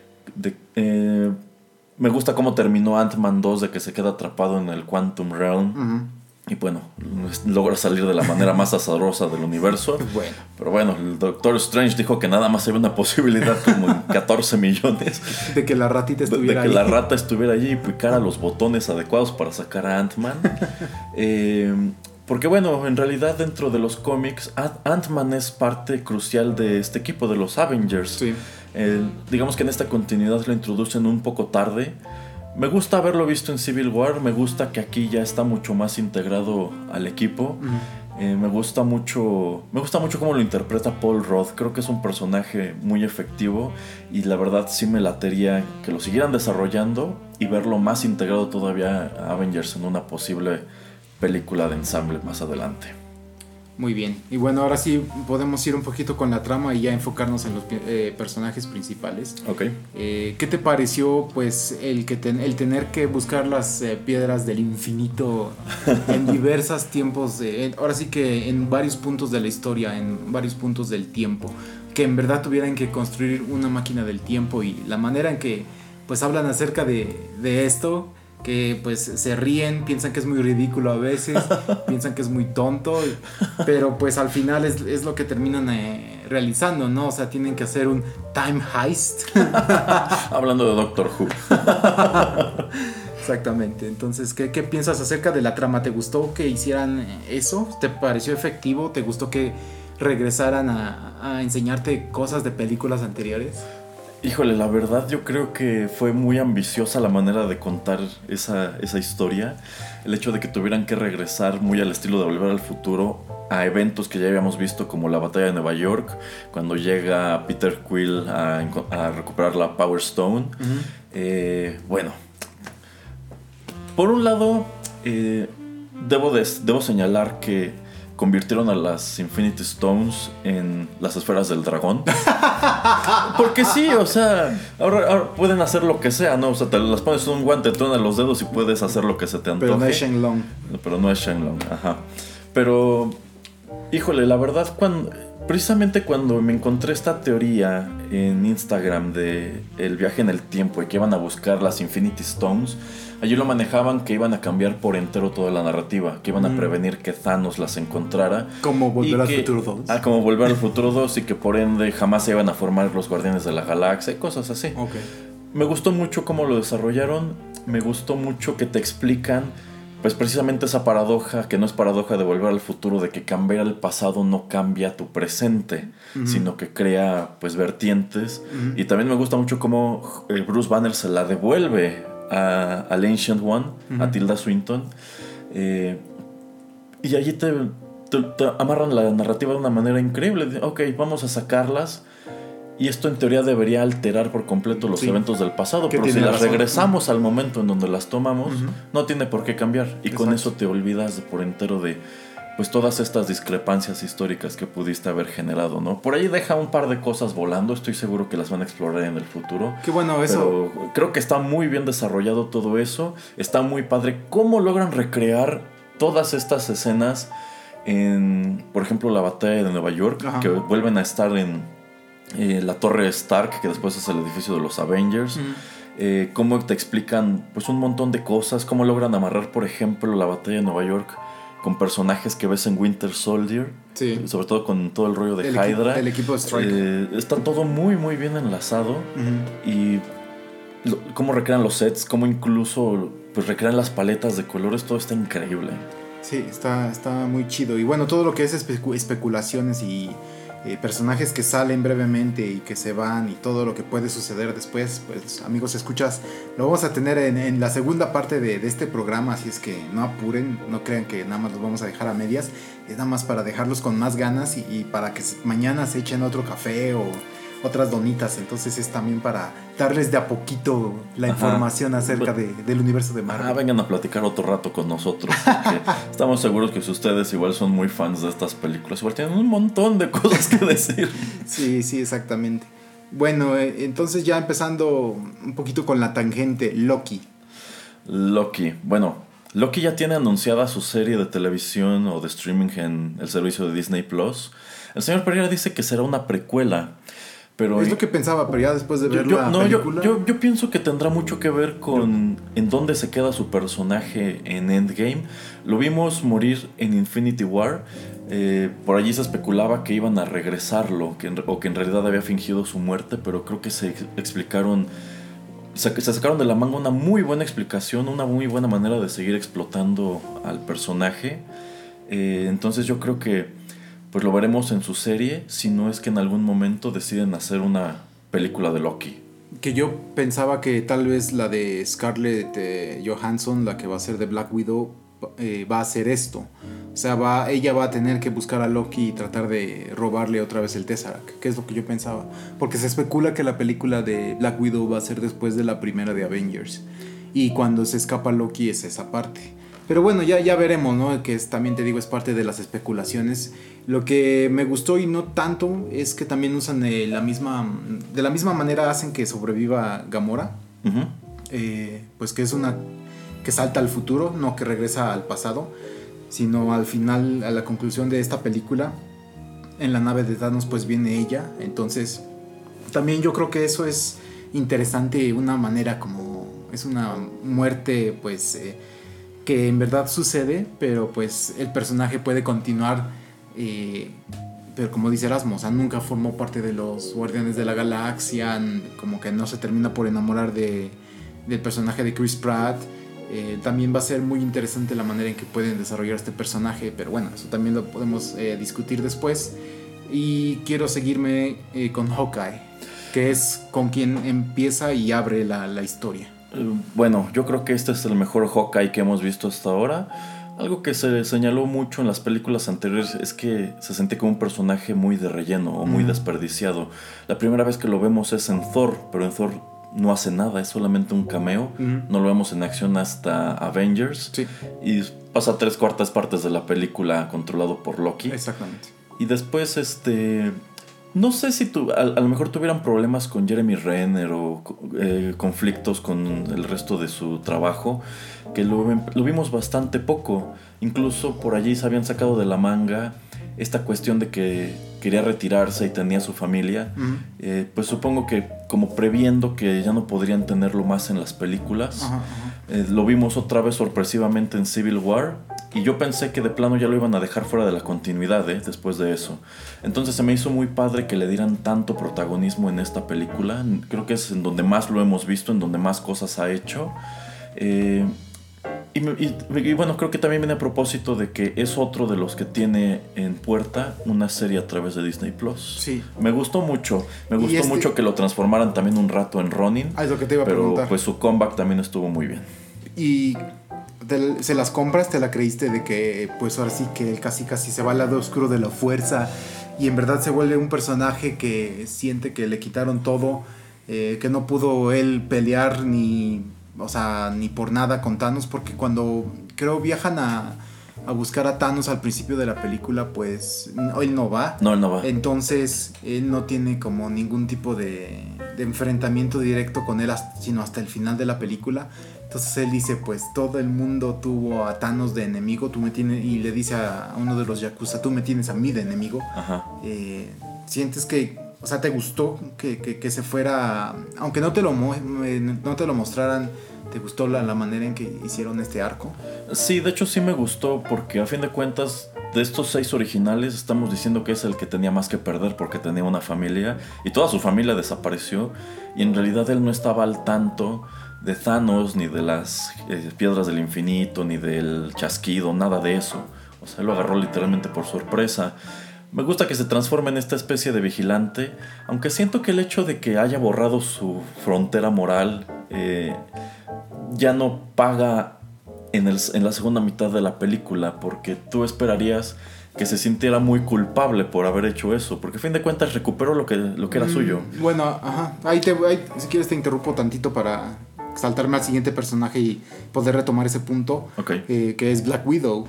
Me gusta cómo terminó Ant-Man 2, de que se queda atrapado en el Quantum Realm. Y bueno, logra salir de la manera más azarosa del universo. Bueno. Pero bueno, el Doctor Strange dijo que nada más había una posibilidad como en 14 millones de que la ratita estuviera ahí. De que la rata estuviera allí y picara los botones adecuados para sacar a Ant-Man. Porque bueno, en realidad dentro de los cómics Ant-Man es parte crucial de este equipo de los Avengers. Sí. Digamos que en esta continuidad lo introducen un poco tarde. Me gusta haberlo visto en Civil War. Me gusta que aquí ya está mucho más integrado al equipo. Me gusta mucho cómo lo interpreta Paul Rudd. Creo que es un personaje muy efectivo y la verdad sí me latería que lo siguieran desarrollando y verlo más integrado todavía a Avengers en una posible película de ensamble más adelante. Muy bien, y bueno, ahora sí podemos ir un poquito con la trama y ya enfocarnos en los personajes principales. Okay. ¿Qué te pareció pues el tener que buscar las piedras del infinito en diversos tiempos, ahora sí que en varios puntos de la historia, en varios puntos del tiempo, que en verdad tuvieran que construir una máquina del tiempo y la manera en que pues hablan acerca de esto? Que pues se ríen, piensan que es muy ridículo a veces, piensan que es muy tonto, pero pues al final es lo que terminan realizando, ¿no? O sea, tienen que hacer un time heist. Hablando de Doctor Who. Exactamente, entonces, ¿qué piensas acerca de la trama? ¿Te gustó que hicieran eso? ¿Te pareció efectivo? ¿Te gustó que regresaran a enseñarte cosas de películas anteriores? Híjole, la verdad yo creo que fue muy ambiciosa la manera de contar esa historia. El hecho de que tuvieran que regresar muy al estilo de Volver al Futuro a eventos que ya habíamos visto, como la batalla de Nueva York, cuando llega Peter Quill a recuperar la Power Stone. Bueno, por un lado, debo señalar que convirtieron a las Infinity Stones en las esferas del dragón. Porque sí, o sea, ahora pueden hacer lo que sea, ¿no? O sea, te las pones en un guante, te truenan los dedos y puedes hacer lo que se te antoje. Pero no es Shenlong. Pero no es Shenlong, ajá. Pero, híjole, la verdad, precisamente cuando me encontré esta teoría en Instagram de el viaje en el tiempo y que iban a buscar las Infinity Stones, allí lo manejaban que iban a cambiar por entero toda la narrativa, que iban a prevenir que Thanos las encontrara. Como Volver al Futuro 2. Como Volver al Futuro 2, y que por ende jamás se iban a formar los Guardianes de la Galaxia y cosas así. Okay. Me gustó mucho cómo lo desarrollaron, me gustó mucho que te explican pues precisamente esa paradoja, que no es paradoja de Volver al Futuro, de que cambiar el pasado no cambia tu presente, sino que crea pues vertientes. Y también me gusta mucho cómo Bruce Banner se la devuelve al Ancient One, a Tilda Swinton, y allí te amarran la narrativa de una manera increíble. Ok, vamos a sacarlas, y esto en teoría debería alterar por completo los eventos del pasado, pero si las regresamos al momento en donde las tomamos, no tiene por qué cambiar. Y con eso te olvidas por entero de pues todas estas discrepancias históricas que pudiste haber generado, ¿no? Por ahí deja un par de cosas volando, estoy seguro que las van a explorar en el futuro. Qué bueno eso. Pero creo que está muy bien desarrollado todo eso, está muy padre cómo logran recrear todas estas escenas en, por ejemplo, la batalla de Nueva York, que vuelven a estar en la Torre Stark, que después es el edificio de los Avengers. Cómo te explican pues un montón de cosas, cómo logran amarrar, por ejemplo, la batalla de Nueva York con personajes que ves en Winter Soldier, sobre todo con todo el rollo de Hydra. El equipo de Strike. Está todo muy muy bien enlazado. Y cómo recrean los sets, cómo incluso pues recrean las paletas de colores, todo está increíble. Sí, está muy chido. Y bueno, todo lo que es especulaciones y personajes que salen brevemente y que se van, y todo lo que puede suceder después, pues amigos escuchas, lo vamos a tener en la segunda parte de este programa, así es que no apuren, no crean que nada más los vamos a dejar a medias, es nada más para dejarlos con más ganas y para que mañana se echen otro café o otras donitas. Entonces es también para darles de a poquito la información acerca del universo de Marvel. Vengan a platicar otro rato con nosotros, porque estamos seguros que si ustedes igual son muy fans de estas películas, igual tienen un montón de cosas que decir. Sí, exactamente. Bueno, entonces ya empezando un poquito con la tangente, Loki. Bueno, Loki ya tiene anunciada su serie de televisión o de streaming en el servicio de Disney Plus. El señor Pereira dice que será una precuela. Pero es lo que pensaba, pero ya después de ver la película... Yo pienso que tendrá mucho que ver con en dónde se queda su personaje en Endgame. Lo vimos morir en Infinity War. Por allí se especulaba que iban a regresarlo, o que en realidad había fingido su muerte, pero creo que se explicaron... Se sacaron de la manga una muy buena explicación, una muy buena manera de seguir explotando al personaje. Entonces yo creo que pues lo veremos en su serie, si no es que en algún momento deciden hacer una película de Loki. Que yo pensaba que tal vez la de Scarlett Johansson, la que va a ser de Black Widow, va a hacer esto. O sea, ella va a tener que buscar a Loki y tratar de robarle otra vez el Tesseract, que es lo que yo pensaba. Porque se especula que la película de Black Widow va a ser después de la primera de Avengers. Y cuando se escapa Loki es esa parte. Pero bueno, ya veremos, ¿no? Que también te digo, es parte de las especulaciones. Lo que me gustó y no tanto es que también usan de la misma manera hacen que sobreviva Gamora. Pues que es una que salta al futuro, no que regresa al pasado, sino al final, a la conclusión de esta película, en la nave de Thanos pues viene ella. Entonces también yo creo que eso es interesante, una manera como es una muerte pues que en verdad sucede, pero pues el personaje puede continuar, pero como dice Erasmo, o sea, nunca formó parte de los Guardianes de la Galaxia, como que no se termina por enamorar del personaje de Chris Pratt. También va a ser muy interesante la manera en que pueden desarrollar este personaje, pero bueno, eso también lo podemos discutir después. Y quiero seguirme con Hawkeye, que es con quien empieza y abre la historia. Bueno, yo creo que este es el mejor Hawkeye que hemos visto hasta ahora. Algo que se señaló mucho en las películas anteriores es que se sentía como un personaje muy de relleno o muy desperdiciado. La primera vez que lo vemos es en Thor, pero en Thor no hace nada, es solamente un cameo. No lo vemos en acción hasta Avengers. Sí. Y pasa 3/4 partes de la película controlado por Loki. Exactamente. Y después, no sé si a lo mejor tuvieran problemas con Jeremy Renner o conflictos con el resto de su trabajo, que lo vimos bastante poco. Incluso por allí se habían sacado de la manga esta cuestión de que quería retirarse y tenía su familia. Pues supongo que como previendo que ya no podrían tenerlo más en las películas. Lo vimos otra vez sorpresivamente en Civil War. Y yo pensé que de plano ya lo iban a dejar fuera de la continuidad, después de eso. Entonces se me hizo muy padre que le dieran tanto protagonismo en esta película. Creo que es en donde más lo hemos visto, en donde más cosas ha hecho. Y bueno, creo que también viene a propósito de que es otro de los que tiene en puerta una serie a través de Disney Plus. Sí. Me gustó mucho. Me gustó mucho que lo transformaran también un rato en Ronin. Es lo que te iba a preguntar. Pero pues su comeback también estuvo muy bien. Y se las compras, te la creíste de que pues ahora sí que él casi se va al lado oscuro de la fuerza y en verdad se vuelve un personaje que siente que le quitaron todo, que no pudo él pelear ni por nada con Thanos, porque cuando creo viajan a buscar a Thanos al principio de la película, pues él no va. No, él no va. Entonces él no tiene como ningún tipo de enfrentamiento directo con él sino hasta el final de la película. Entonces él dice, pues todo el mundo tuvo a Thanos de enemigo, tú me tienes, y le dice a uno de los Yakuza, tú me tienes a mí de enemigo. Ajá. Sientes que, o sea, te gustó que se fuera, aunque no te lo mostraran, ¿te gustó la manera en que hicieron este arco? Sí, de hecho sí me gustó, porque a fin de cuentas de estos 6 originales estamos diciendo que es el que tenía más que perder porque tenía una familia y toda su familia desapareció y en realidad él no estaba al tanto de Thanos, ni de las piedras del infinito, ni del chasquido, nada de eso. O sea, él lo agarró literalmente por sorpresa. Me gusta que se transforme en esta especie de vigilante, aunque siento que el hecho de que haya borrado su frontera moral ya no paga en la segunda mitad de la película, porque tú esperarías que se sintiera muy culpable por haber hecho eso, porque a fin de cuentas recuperó lo que era suyo. Bueno, ajá. Ahí si quieres te interrumpo tantito para saltarme al siguiente personaje y poder retomar ese punto, Okay. Que es Black Widow.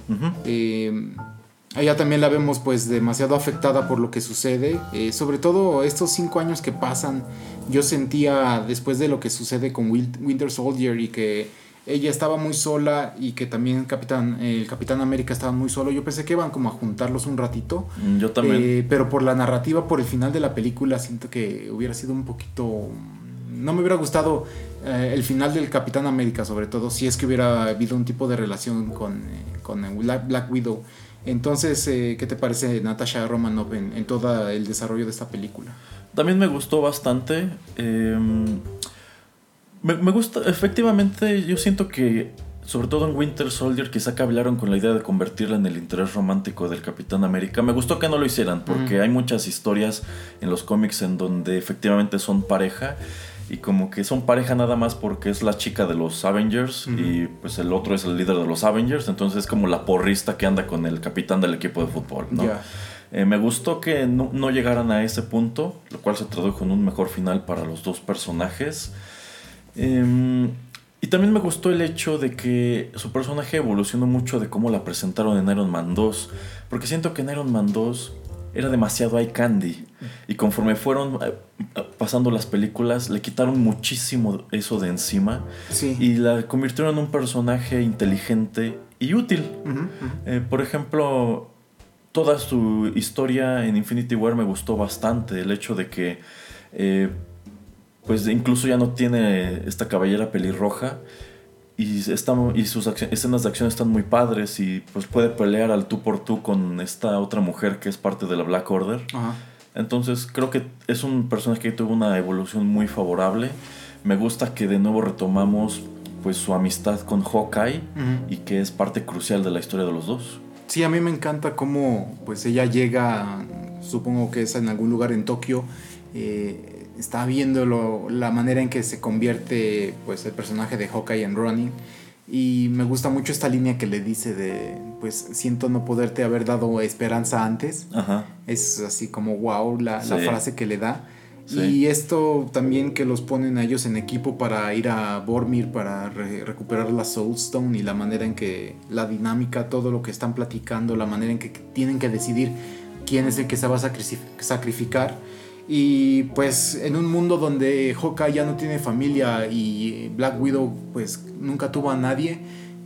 Ella también la vemos pues demasiado afectada por lo que sucede, sobre todo estos 5 años que pasan. Yo sentía después de lo que sucede con Winter Soldier y que ella estaba muy sola y que también el Capitán América estaba muy solo. Yo pensé que iban como a juntarlos un ratito. Yo también. Pero por la narrativa, por el final de la película, siento que hubiera sido un poquito... No me hubiera gustado el final del Capitán América, sobre todo, si es que hubiera habido un tipo de relación con Black Widow. Entonces, ¿qué te parece Natasha Romanoff en todo el desarrollo de esta película? También me gustó bastante. Me gusta, efectivamente, yo siento que, sobre todo en Winter Soldier, quizá hablaron con la idea de convertirla en el interés romántico del Capitán América. Me gustó que no lo hicieran, porque hay muchas historias en los cómics en donde efectivamente son pareja. Y como que son pareja nada más porque es la chica de los Avengers y pues el otro es el líder de los Avengers. Entonces es como la porrista que anda con el capitán del equipo de fútbol, ¿no? Me gustó que no llegaran a ese punto, lo cual se tradujo en un mejor final para los dos personajes. Y también me gustó el hecho de que su personaje evolucionó mucho de cómo la presentaron en Iron Man 2. Porque siento que en Iron Man 2 era demasiado eye candy. Y conforme fueron pasando las películas, le quitaron muchísimo eso de encima. Sí. Y la convirtieron en un personaje inteligente y útil. Por ejemplo, toda su historia en Infinity War me gustó bastante. El hecho de que pues incluso ya no tiene esta cabellera pelirroja. Y sus escenas de acción están muy padres. Y pues puede pelear al tú por tú con esta otra mujer que es parte de la Black Order. Entonces creo que es un personaje que tuvo una evolución muy favorable. Me gusta que de nuevo retomamos pues su amistad con Hawkeye. Y que es parte crucial de la historia de los dos. Sí, a mí me encanta cómo pues ella llega, supongo que es en algún lugar en Tokio, está viendo la manera en que se convierte pues el personaje de Hawkeye en Ronin, Y me gusta mucho esta línea que le dice de, pues siento no poderte haber dado esperanza antes. Ajá. Es así como wow la frase que le da. Sí. Y esto también que los ponen a ellos en equipo para ir a Vormir para recuperar la Soul Stone, y la manera en que la dinámica, todo lo que están platicando, la manera en que tienen que decidir quién es el que se va a sacrificar. Y pues en un mundo donde Hawkeye ya no tiene familia y Black Widow pues nunca tuvo a nadie,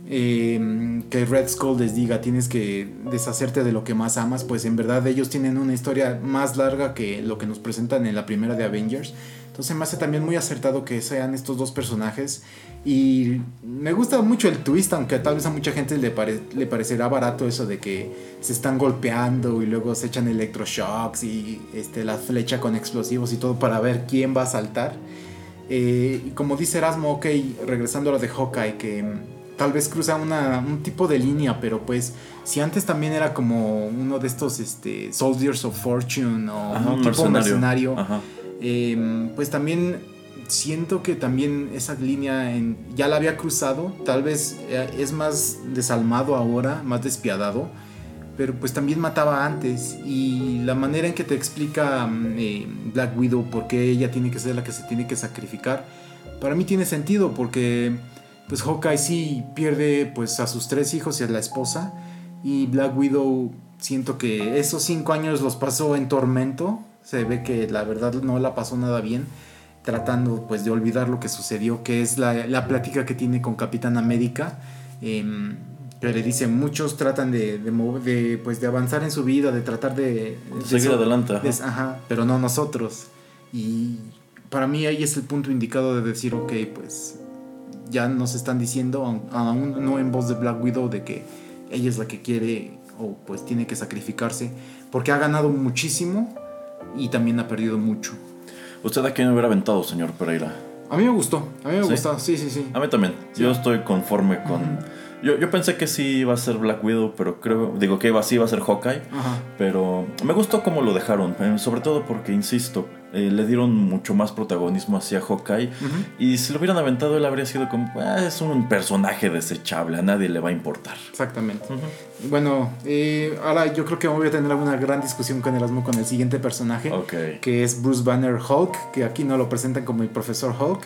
que Red Skull les diga tienes que deshacerte de lo que más amas, pues en verdad ellos tienen una historia más larga que lo que nos presentan en la primera de Avengers. Entonces me hace también muy acertado que sean estos dos personajes. Y me gusta mucho el twist, aunque tal vez a mucha gente le parecerá barato eso de que se están golpeando y luego se echan electroshocks y la flecha con explosivos y todo para ver quién va a saltar. Y como dice Erasmo, ok, regresando a lo de Hawkeye, que tal vez cruza un tipo de línea, pero pues si antes también era como uno de estos Soldiers of Fortune o un tipo mercenario, pues también siento que también esa línea ya la había cruzado. Tal vez es más desalmado ahora, más despiadado, pero pues también mataba antes. Y la manera en que te explica Black Widow por qué ella tiene que ser la que se tiene que sacrificar, para mí tiene sentido, porque pues Hawkeye sí pierde pues a sus 3 hijos y a la esposa, y Black Widow siento que esos 5 años los pasó en tormento. Se ve que la verdad no la pasó nada bien, tratando pues de olvidar lo que sucedió, que es la plática que tiene con Capitán América, que le dice, muchos tratan de avanzar en su vida, de tratar de seguir adelante, pero no nosotros. Y para mí ahí es el punto indicado de decir, ok, pues ya nos están diciendo, aún no en voz de Black Widow, de que ella es la que quiere o pues tiene que sacrificarse, porque ha ganado muchísimo y también ha perdido mucho. ¿Usted a quién hubiera aventado, señor Pereira? A mí me gustó, gustó, sí. A mí también, sí. Yo estoy conforme con... Yo pensé que sí iba a ser Black Widow, pero sí iba a ser Hawkeye. Pero me gustó cómo lo dejaron, sobre todo porque, insisto, le dieron mucho más protagonismo hacia Hawkeye. Y si lo hubieran aventado, él habría sido como, es un personaje desechable, a nadie le va a importar. Exactamente. Bueno, ahora yo creo que voy a tener una gran discusión con Erasmo con el siguiente personaje, que es Bruce Banner Hulk, que aquí no lo presentan como el Profesor Hulk.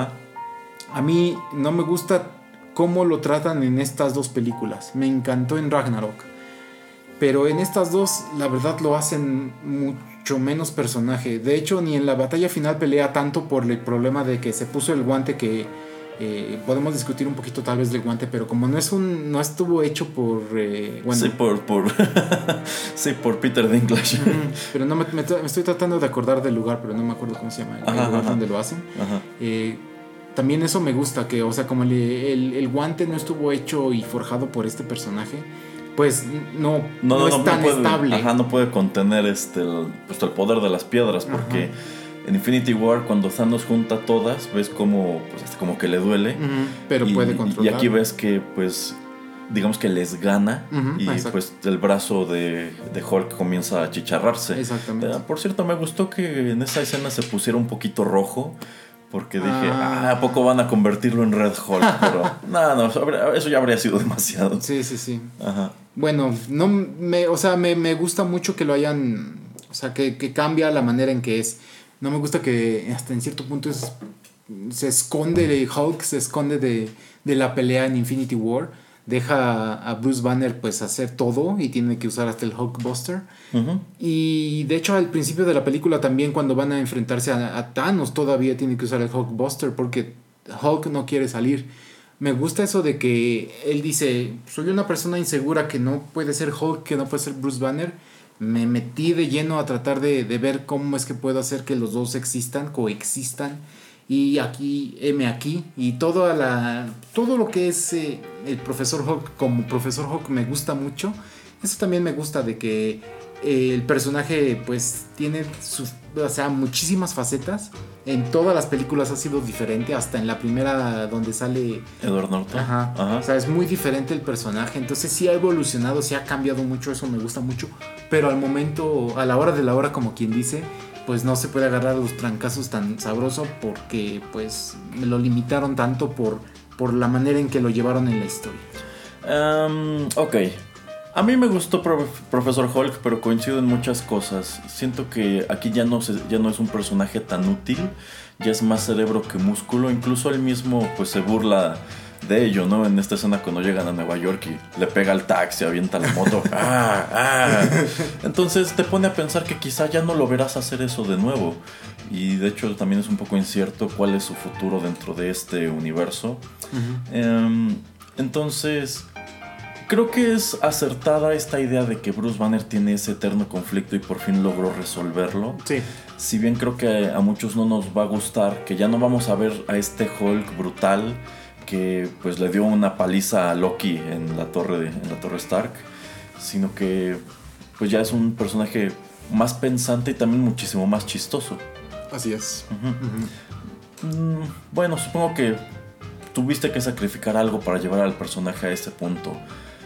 A mí no me gusta cómo lo tratan en estas dos películas. Me encantó en Ragnarok, pero en estas dos la verdad lo hacen mucho menos personaje. De hecho, ni en la batalla final pelea tanto por el problema de que se puso el guante, que podemos discutir un poquito tal vez del guante, pero como no estuvo hecho por sí, por Peter Dinklage. Pero no me estoy tratando de acordar del lugar, pero no me acuerdo cómo se llama el lugar donde lo hacen. También eso me gusta, que, o sea, como el guante no estuvo hecho y forjado por este personaje, pues no es tan estable. No puede contener el poder de las piedras, porque en Infinity War, cuando Thanos junta todas, ves como, pues, hasta como que le duele. Pero puede controlar. Y aquí ves que, pues, digamos que les gana, y pues el brazo de Hulk comienza a achicharrarse. Exactamente. Por cierto, me gustó que en esa escena se pusiera un poquito rojo, porque dije, ¿a poco van a convertirlo en Red Hulk? Pero no, eso ya habría sido demasiado. Sí. Bueno, me gusta mucho que lo hayan, o sea, que cambia la manera en que es. No me gusta que hasta en cierto punto se esconde Hulk, se esconde de la pelea en Infinity War. Deja a Bruce Banner pues hacer todo y tiene que usar hasta el Hulkbuster. Y de hecho al principio de la película también, cuando van a enfrentarse a Thanos, todavía tiene que usar el Hulkbuster porque Hulk no quiere salir. Me gusta eso de que él dice, soy una persona insegura que no puede ser Hulk, que no puede ser Bruce Banner. Me metí de lleno a tratar de ver cómo es que puedo hacer que los dos coexistan. Y aquí, y todo lo que es el Profesor Hulk como Profesor Hulk me gusta mucho. Eso también me gusta, de que el personaje pues tiene muchísimas facetas. En todas las películas ha sido diferente, hasta en la primera donde sale Edward Norton. O sea, es muy diferente el personaje. Entonces sí ha evolucionado, sí ha cambiado mucho, eso me gusta mucho. Pero a la hora de la hora, como quien dice, pues no se puede agarrar los trancazos tan sabroso, porque pues me lo limitaron tanto por por la manera en que lo llevaron en la historia. Ok. A mí me gustó Profesor Hulk, pero coincido en muchas cosas. Siento que aquí ya no es un personaje tan útil, ya es más cerebro que músculo. Incluso él mismo pues se burla de ello, ¿no? En esta escena cuando llegan a Nueva York y le pega al taxi, avienta la moto. Entonces te pone a pensar que quizá ya no lo verás hacer eso de nuevo. Y de hecho también es un poco incierto cuál es su futuro dentro de este universo. Entonces creo que es acertada esta idea de que Bruce Banner tiene ese eterno conflicto y por fin logró resolverlo. Sí. Si bien creo que a muchos no nos va a gustar, que ya no vamos a ver a este Hulk brutal que pues le dio una paliza a Loki en la torre Stark, sino que pues ya es un personaje más pensante y también muchísimo más chistoso. Así es. Bueno, supongo que tuviste que sacrificar algo para llevar al personaje a ese punto.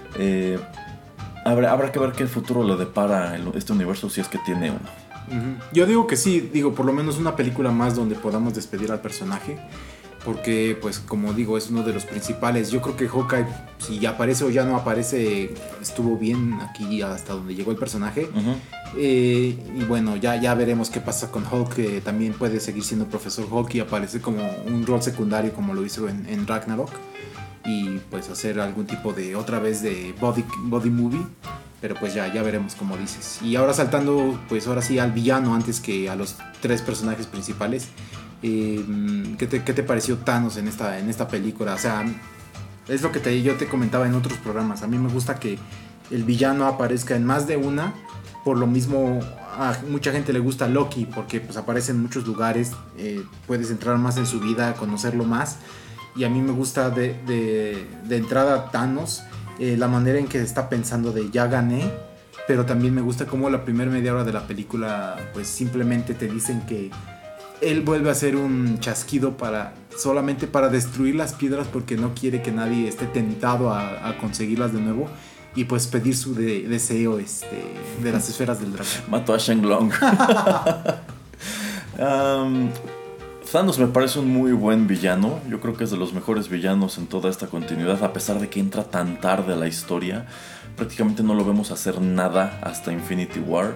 Habrá que ver qué futuro le depara este universo, si es que tiene uno. Yo digo que sí, por lo menos una película más donde podamos despedir al personaje, porque pues como digo, es uno de los principales. Yo creo que Hawkeye, si ya aparece o ya no aparece, estuvo bien aquí hasta donde llegó el personaje. Y bueno, ya veremos qué pasa con Hulk, que también puede seguir siendo Profesor Hulk y aparece como un rol secundario como lo hizo en Ragnarok, y pues hacer algún tipo de otra vez de body movie. Pero pues ya veremos, como dices. Y ahora saltando pues ahora sí al villano antes que a los tres personajes principales, ¿qué te pareció Thanos en esta película? O sea, es lo que yo te comentaba en otros programas. A mí me gusta que el villano aparezca en más de una. Por lo mismo a mucha gente le gusta Loki, porque pues aparece en muchos lugares, puedes entrar más en su vida, conocerlo más. Y a mí me gusta de entrada Thanos, la manera en que está pensando de ya gané. Pero también me gusta cómo la primera media hora de la película pues simplemente te dicen que él vuelve a hacer un chasquido solamente para destruir las piedras, porque no quiere que nadie esté tentado a conseguirlas de nuevo y pues pedir su deseo de las esferas del dragón. Mató a Shenlong. Thanos me parece un muy buen villano. Yo creo que es de los mejores villanos en toda esta continuidad, a pesar de que entra tan tarde a la historia. Prácticamente no lo vemos hacer nada hasta Infinity War.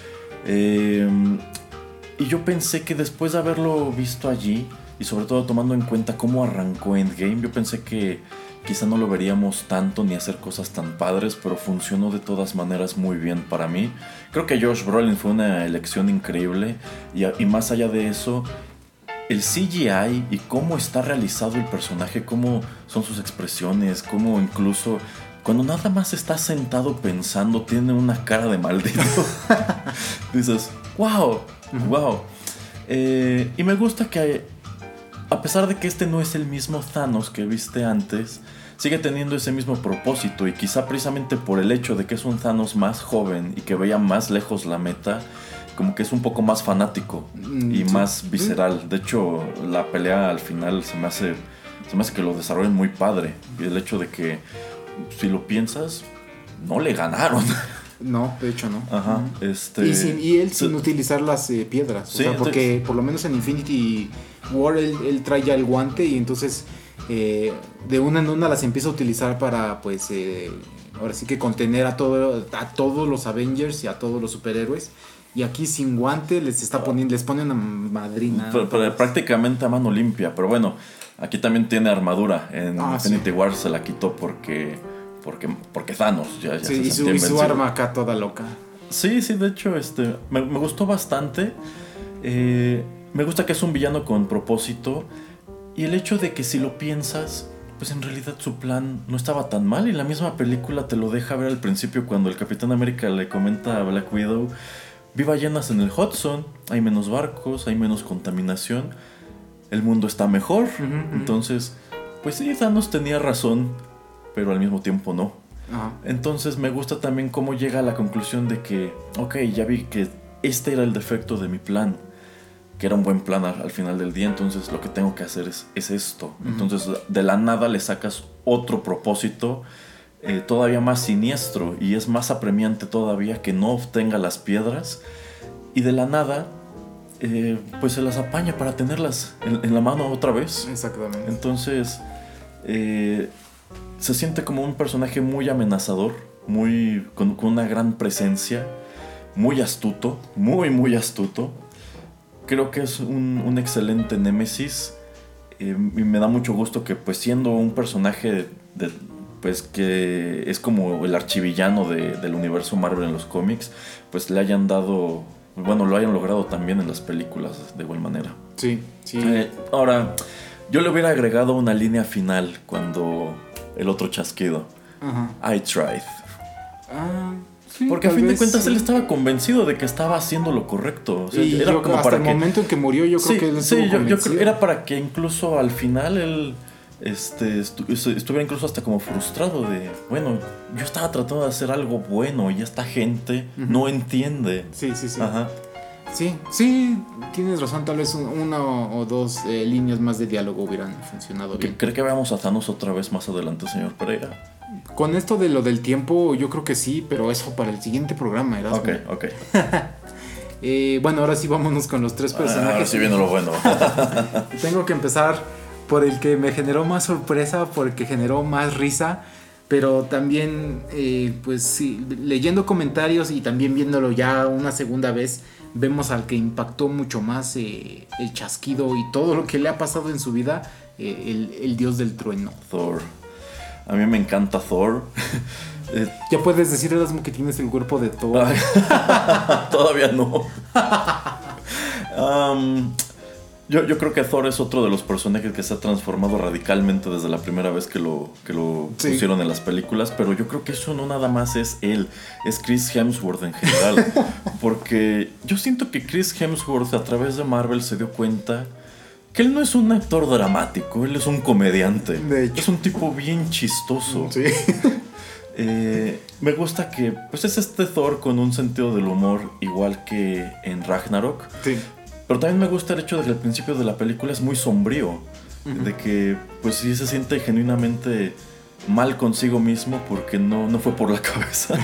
Y yo pensé que después de haberlo visto allí, y sobre todo tomando en cuenta cómo arrancó Endgame, yo pensé que quizá no lo veríamos tanto ni hacer cosas tan padres, pero funcionó de todas maneras muy bien para mí. Creo que Josh Brolin fue una elección increíble, y más allá de eso, el CGI y cómo está realizado el personaje, cómo son sus expresiones, cómo incluso cuando nada más está sentado pensando tiene una cara de maldito. Dices, wow. Y me gusta que a pesar de que este no es el mismo Thanos que viste antes, sigue teniendo ese mismo propósito, y quizá precisamente por el hecho de que es un Thanos más joven y que veía más lejos la meta, como que es un poco más fanático y más visceral. De hecho, la pelea al final se me hace que lo desarrollen muy padre. Y el hecho de que, si lo piensas, no le ganaron. No, de hecho no. Ajá. Y él sin utilizar las piedras. Sí, porque por lo menos en Infinity War él trae ya el guante, y entonces de una en una las empieza a utilizar para pues ahora sí que contener a todos los Avengers y a todos los superhéroes. Y aquí sin guante les pone una madrina. Pero prácticamente a mano limpia. Pero bueno, aquí también tiene armadura. En Infinity War se la quitó porque Thanos ya sí, y su arma acá toda loca. Sí, de hecho me gustó bastante. Me gusta que es un villano con propósito. Y el hecho de que si lo piensas, pues en realidad su plan no estaba tan mal. Y la misma película te lo deja ver al principio, cuando el Capitán América le comenta a Black Widow: vi ballenas en el Hudson, hay menos barcos, hay menos contaminación, el mundo está mejor. Entonces, pues sí, Thanos tenía razón, pero al mismo tiempo no. Entonces me gusta también cómo llega a la conclusión de que, ok, ya vi que este era el defecto de mi plan, que era un buen plan al final del día, entonces lo que tengo que hacer es esto. Entonces de la nada le sacas otro propósito todavía más siniestro, y es más apremiante todavía que no obtenga las piedras, y de la nada pues se las apaña para tenerlas en la mano otra vez. Exactamente. Entonces Se siente como un personaje muy amenazador, con una gran presencia, muy astuto, muy astuto. Creo que es un excelente némesis. Y me da mucho gusto que, pues, siendo un personaje pues que es como el archivillano del universo Marvel en los cómics, pues le hayan dado, bueno, lo hayan logrado también en las películas de igual manera. Sí. Ahora, yo le hubiera agregado una línea final cuando el otro chasquido. I tried. Sí, porque a fin de cuentas él estaba convencido de que estaba haciendo lo correcto. O sea, y era yo, como hasta para el momento en que murió, yo creo que él estuvo yo creo convencido. era para que incluso al final él estuviera incluso hasta como frustrado de, bueno, yo estaba tratando de hacer algo bueno y esta gente no entiende. Sí. Ajá. Sí, tienes razón, tal vez una o dos líneas más de diálogo hubieran funcionado bien. ¿Cree que veamos a Thanos otra vez más adelante, señor Pereira? Con esto de lo del tiempo, yo creo que sí, pero eso para el siguiente programa, Erasmo. Ok. Bueno, ahora sí vámonos con los tres personajes. Ahora sí viene lo bueno. Tengo que empezar por el que me generó más sorpresa, por el que generó más risa, pero también, pues sí, leyendo comentarios y también viéndolo ya una segunda vez, vemos al que impactó mucho más el chasquido y todo lo que le ha pasado en su vida, el dios del trueno. Thor. A mí me encanta Thor. Ya puedes decir, Erasmo, que tienes el cuerpo de Thor. Todavía no. Yo creo que Thor es otro de los personajes que se ha transformado radicalmente desde la primera vez que lo pusieron en las películas, pero yo creo que eso no nada más es él, es Chris Hemsworth en general, porque yo siento que Chris Hemsworth a través de Marvel se dio cuenta que él no es un actor dramático, él es un comediante. De hecho. Es un tipo bien chistoso. Sí. Me gusta que pues es este Thor con un sentido del humor igual que en Ragnarok. Sí. Pero también me gusta el hecho de que al principio de la película es muy sombrío. De que pues sí se siente genuinamente mal consigo mismo porque no fue por la cabeza.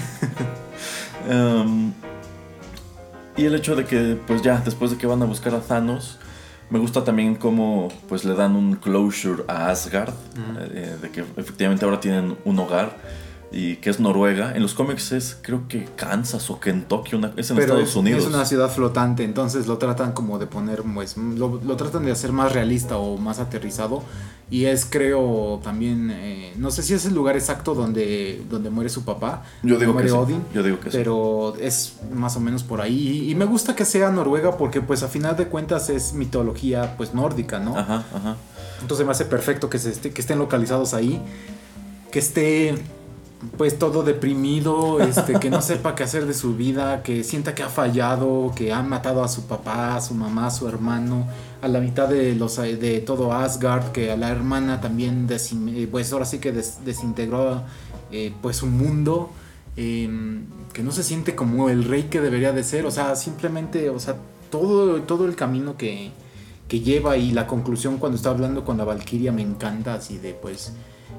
Y el hecho de que pues ya después de que van a buscar a Thanos, me gusta también cómo pues le dan un closure a Asgard, de que efectivamente ahora tienen un hogar y que es Noruega. En los cómics es creo que Kansas o Kentucky, es en Pero Estados Unidos. es una ciudad flotante, entonces lo tratan como de poner, pues, lo tratan de hacer más realista o más aterrizado. Y es, creo, también, no sé si es el lugar exacto donde muere su papá. Yo digo muere que Odin, sí. Yo digo que pero es más o menos por ahí. Y me gusta que sea Noruega porque, pues, a final de cuentas es mitología, pues, nórdica, ¿no? Ajá. Entonces me hace perfecto que estén localizados ahí, que esté pues todo deprimido, que no sepa qué hacer de su vida, que sienta que ha fallado, que han matado a su papá, a su mamá, a su hermano, a la mitad de todo Asgard, que a la hermana también pues ahora sí que desintegró pues su mundo, que no se siente como el rey que debería de ser, o sea, simplemente, o sea, todo el camino que lleva y la conclusión cuando está hablando con la Valquiria me encanta, así de pues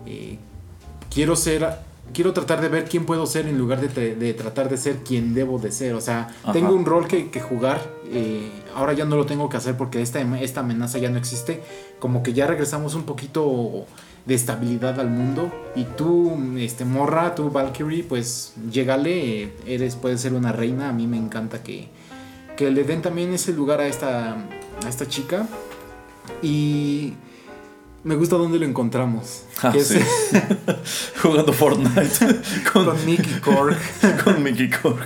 quiero tratar de ver quién puedo ser en lugar de tratar de ser quien debo de ser. O sea, Ajá. Tengo un rol que jugar. Ahora ya no lo tengo que hacer porque esta amenaza ya no existe. Como que ya regresamos un poquito de estabilidad al mundo. Y tú, morra, tú Valkyrie, pues llégale. Puedes ser una reina. A mí me encanta que le den también ese lugar a esta chica. Y me gusta dónde lo encontramos. Sí. Jugando Fortnite con Mickey Cork. Con Mickey Cork.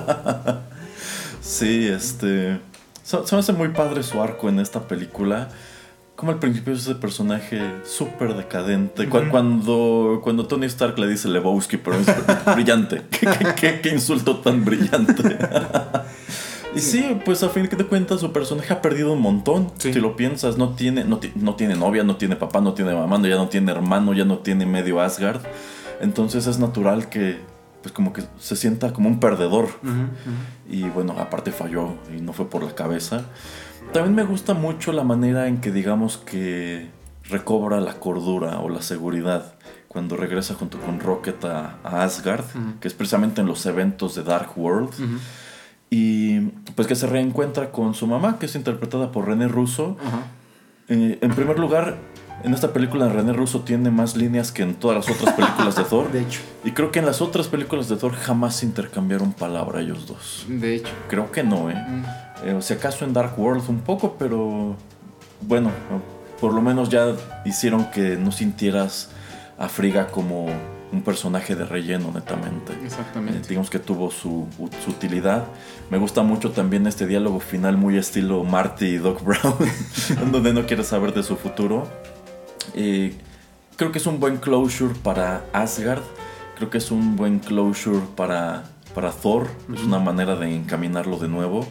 Sí, se me hace muy padre su arco en esta película. Como al principio es ese personaje súper decadente. Cuando Tony Stark le dice Lebowski, pero es brillante. ¿Qué insulto tan brillante? Y sí, pues a fin de cuentas su personaje ha perdido un montón. Sí. Si lo piensas, no tiene novia, no tiene papá, no tiene mamá, ya no tiene hermano, ya no tiene medio Asgard. Entonces es natural que pues como que se sienta como un perdedor. Y bueno, aparte falló y no fue por la cabeza. También me gusta mucho la manera en que digamos que recobra la cordura o la seguridad cuando regresa junto con Rocket a Asgard, que es precisamente en los eventos de Dark World. Y pues que se reencuentra con su mamá, que es interpretada por René Russo. En primer lugar, En esta película René Russo tiene más líneas que en todas las otras películas de Thor. De hecho. Y creo que en las otras películas de Thor jamás intercambiaron palabra ellos dos. De hecho. Creo que no, si acaso en Dark World un poco, pero bueno, por lo menos ya hicieron que no sintieras a Frigga como un personaje de relleno, netamente. Exactamente. Digamos que tuvo su utilidad. Me gusta mucho también este diálogo final muy estilo Marty y Doc Brown, en donde no quiere saber de su futuro. Creo que es un buen closure para Asgard. Creo que es un buen closure para Thor. Es una manera de encaminarlo de nuevo.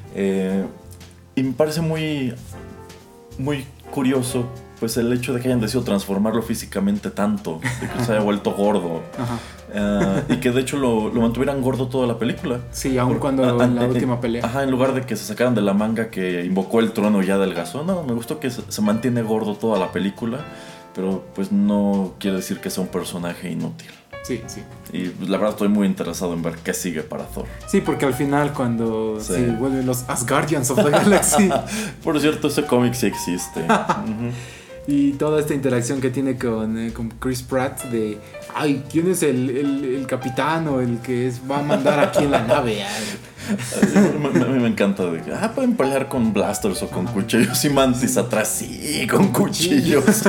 Y me parece muy, muy curioso pues el hecho de que hayan decidido transformarlo físicamente tanto, de que se haya vuelto gordo. Y que de hecho lo mantuvieran gordo toda la película. Sí, aun cuando en la última pelea. Ajá, en lugar de que se sacaran de la manga que invocó el trueno y ya adelgazó. No, me gustó que se mantiene gordo toda la película, pero pues no quiere decir que sea un personaje inútil. Sí, sí. Y pues, la verdad estoy muy interesado en ver qué sigue para Thor. Sí, porque al final cuando se vuelven los Asgardians of the Galaxy. Por cierto, ese cómic sí existe. Y toda esta interacción que tiene con Chris Pratt de, ay, ¿quién es el capitán o el que va a mandar aquí en la nave? A mí me encanta de que, pueden pelear con blasters o con cuchillos y Mantis atrás, sí, con cuchillos.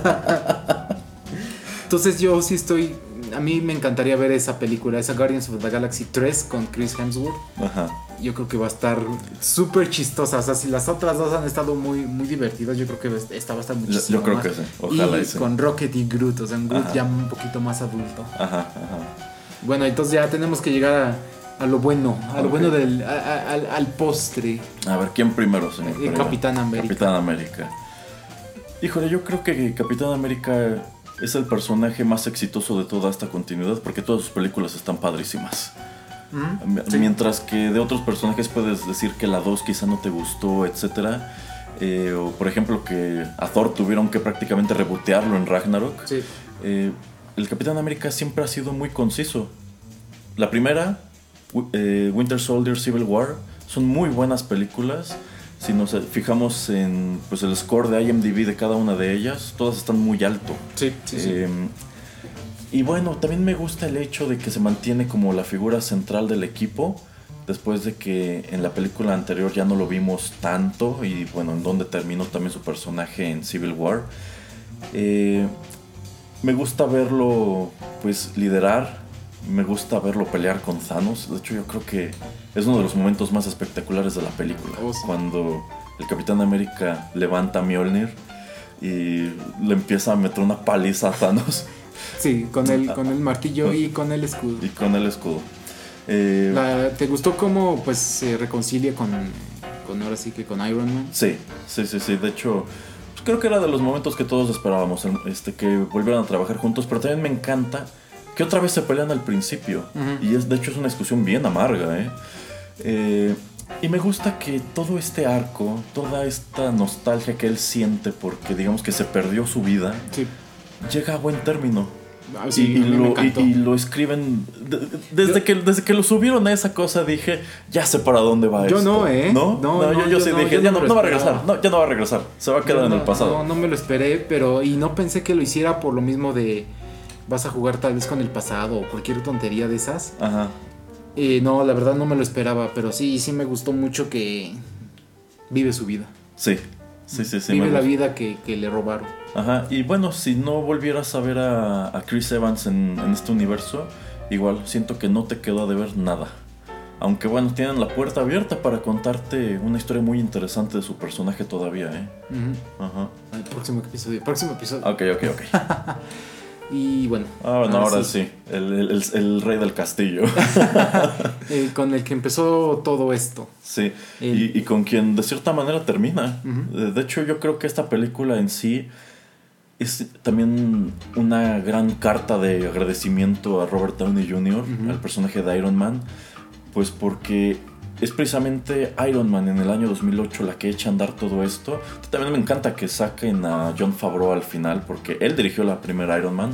Entonces yo sí estoy, a mí me encantaría ver esa película, esa Guardians of the Galaxy 3 con Chris Hemsworth. Ajá. Yo creo que va a estar súper chistosa. O sea, si las otras dos han estado muy, muy divertidas, yo creo que esta va a estar muchísimo Yo creo más. Que sí, ojalá y sí. Con Rocket y Groot, o sea, un Groot ya un poquito más adulto. Ajá. Bueno, entonces ya tenemos que llegar a lo bueno, lo bueno al postre. A ver, ¿quién primero, señor? El Capitán América. Capitán América. Híjole, yo creo que Capitán América es el personaje más exitoso de toda esta continuidad porque todas sus películas están padrísimas. Sí. Mientras que de otros personajes puedes decir que la 2 quizá no te gustó, etcétera. O por ejemplo que a Thor tuvieron que prácticamente rebotearlo en Ragnarok. Sí. El Capitán América siempre ha sido muy conciso. La primera, Winter Soldier, Civil War, son muy buenas películas. Si nos fijamos en pues, el score de IMDb de cada una de ellas, todas están muy alto. Sí. Y bueno, también me gusta el hecho de que se mantiene como la figura central del equipo, después de que en la película anterior ya no lo vimos tanto, y bueno, en donde terminó también su personaje en Civil War. Me gusta verlo pues liderar, me gusta verlo pelear con Thanos. De hecho yo creo que es uno de los momentos más espectaculares de la película, sí. Cuando el Capitán América levanta a Mjolnir y le empieza a meter una paliza a Thanos. Sí, con el martillo y con el escudo. ¿Te gustó cómo pues se reconcilia con ahora sí que con Iron Man? Sí. De hecho, pues, creo que era de los momentos que todos esperábamos, que volvieran a trabajar juntos. Pero también me encanta que otra vez se pelean al principio. Y de hecho es una discusión bien amarga, y me gusta que todo este arco, toda esta nostalgia que él siente porque digamos que se perdió su vida, llega a buen término. Sí, y lo escriben desde que lo subieron a esa cosa. Dije, ya sé para dónde va esto. Yo sí dije, ya no va a regresar. Ya no va a regresar, se va a quedar en el pasado. No me lo esperé, pero y no pensé que lo hiciera por lo mismo de vas a jugar tal vez con el pasado o cualquier tontería de esas. Ajá. No, la verdad no me lo esperaba, pero sí me gustó mucho que vive su vida. Sí. Vive la vida que le robaron. Ajá, y bueno, si no volvieras a ver a Chris Evans en este universo, igual siento que no te quedó a deber nada. Aunque bueno, tienen la puerta abierta para contarte una historia muy interesante de su personaje todavía, Ajá. El próximo episodio. Ok. Y bueno. Ahora sí. El rey del castillo. Con el que empezó todo esto. Sí, y con quien de cierta manera termina. De hecho, yo creo que esta película en sí es también una gran carta de agradecimiento a Robert Downey Jr., al personaje de Iron Man, pues porque es precisamente Iron Man en el año 2008 la que echa a andar todo esto. También me encanta que saquen a Jon Favreau al final, porque él dirigió la primera Iron Man.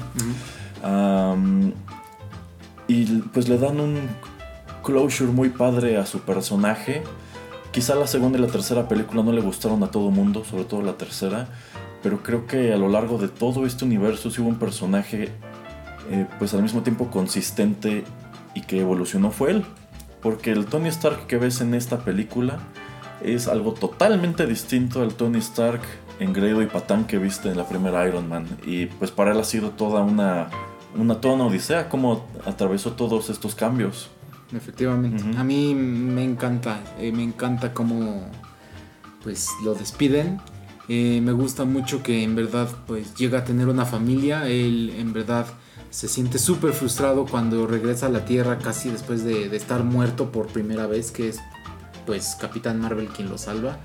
Y pues le dan un closure muy padre a su personaje. Quizá la segunda y la tercera película no le gustaron a todo mundo, sobre todo la tercera, pero creo que a lo largo de todo este universo sí hubo un personaje pues al mismo tiempo consistente y que evolucionó fue él. Porque el Tony Stark que ves en esta película es algo totalmente distinto al Tony Stark engreído y patán que viste en la primera Iron Man. Y pues para él ha sido toda una odisea cómo atravesó todos estos cambios. Efectivamente. A mí me encanta cómo pues lo despiden. Me gusta mucho que en verdad pues llega a tener una familia. Él en verdad se siente súper frustrado cuando regresa a la Tierra casi después de estar muerto por primera vez, que es pues Capitán Marvel quien lo salva.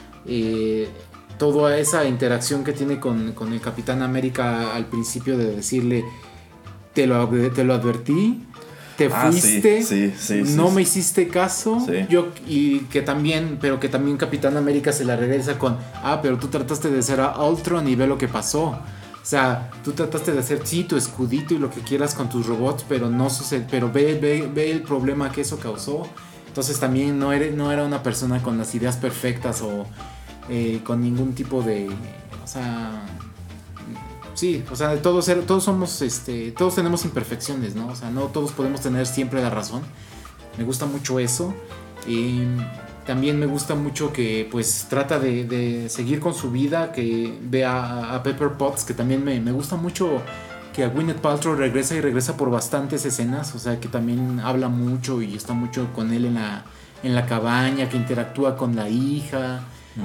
Toda esa interacción que tiene con el Capitán América al principio de decirle te lo advertí, te fuiste, no me hiciste caso, pero que también Capitán América se la regresa con pero tú trataste de ser a Ultron y ve lo que pasó. O sea, tú trataste de hacer tu escudito y lo que quieras con tus robots, pero no sucede, pero ve el problema que eso causó. Entonces también no era una persona con las ideas perfectas o con ningún tipo de, o sea, sí, o sea, todos somos, todos tenemos imperfecciones, ¿no? O sea, no todos podemos tener siempre la razón. Me gusta mucho eso. También me gusta mucho que pues trata de seguir con su vida, que ve a Pepper Potts, que también me gusta mucho que a Gwyneth Paltrow regresa por bastantes escenas, o sea que también habla mucho y está mucho con él en la cabaña, que interactúa con la hija.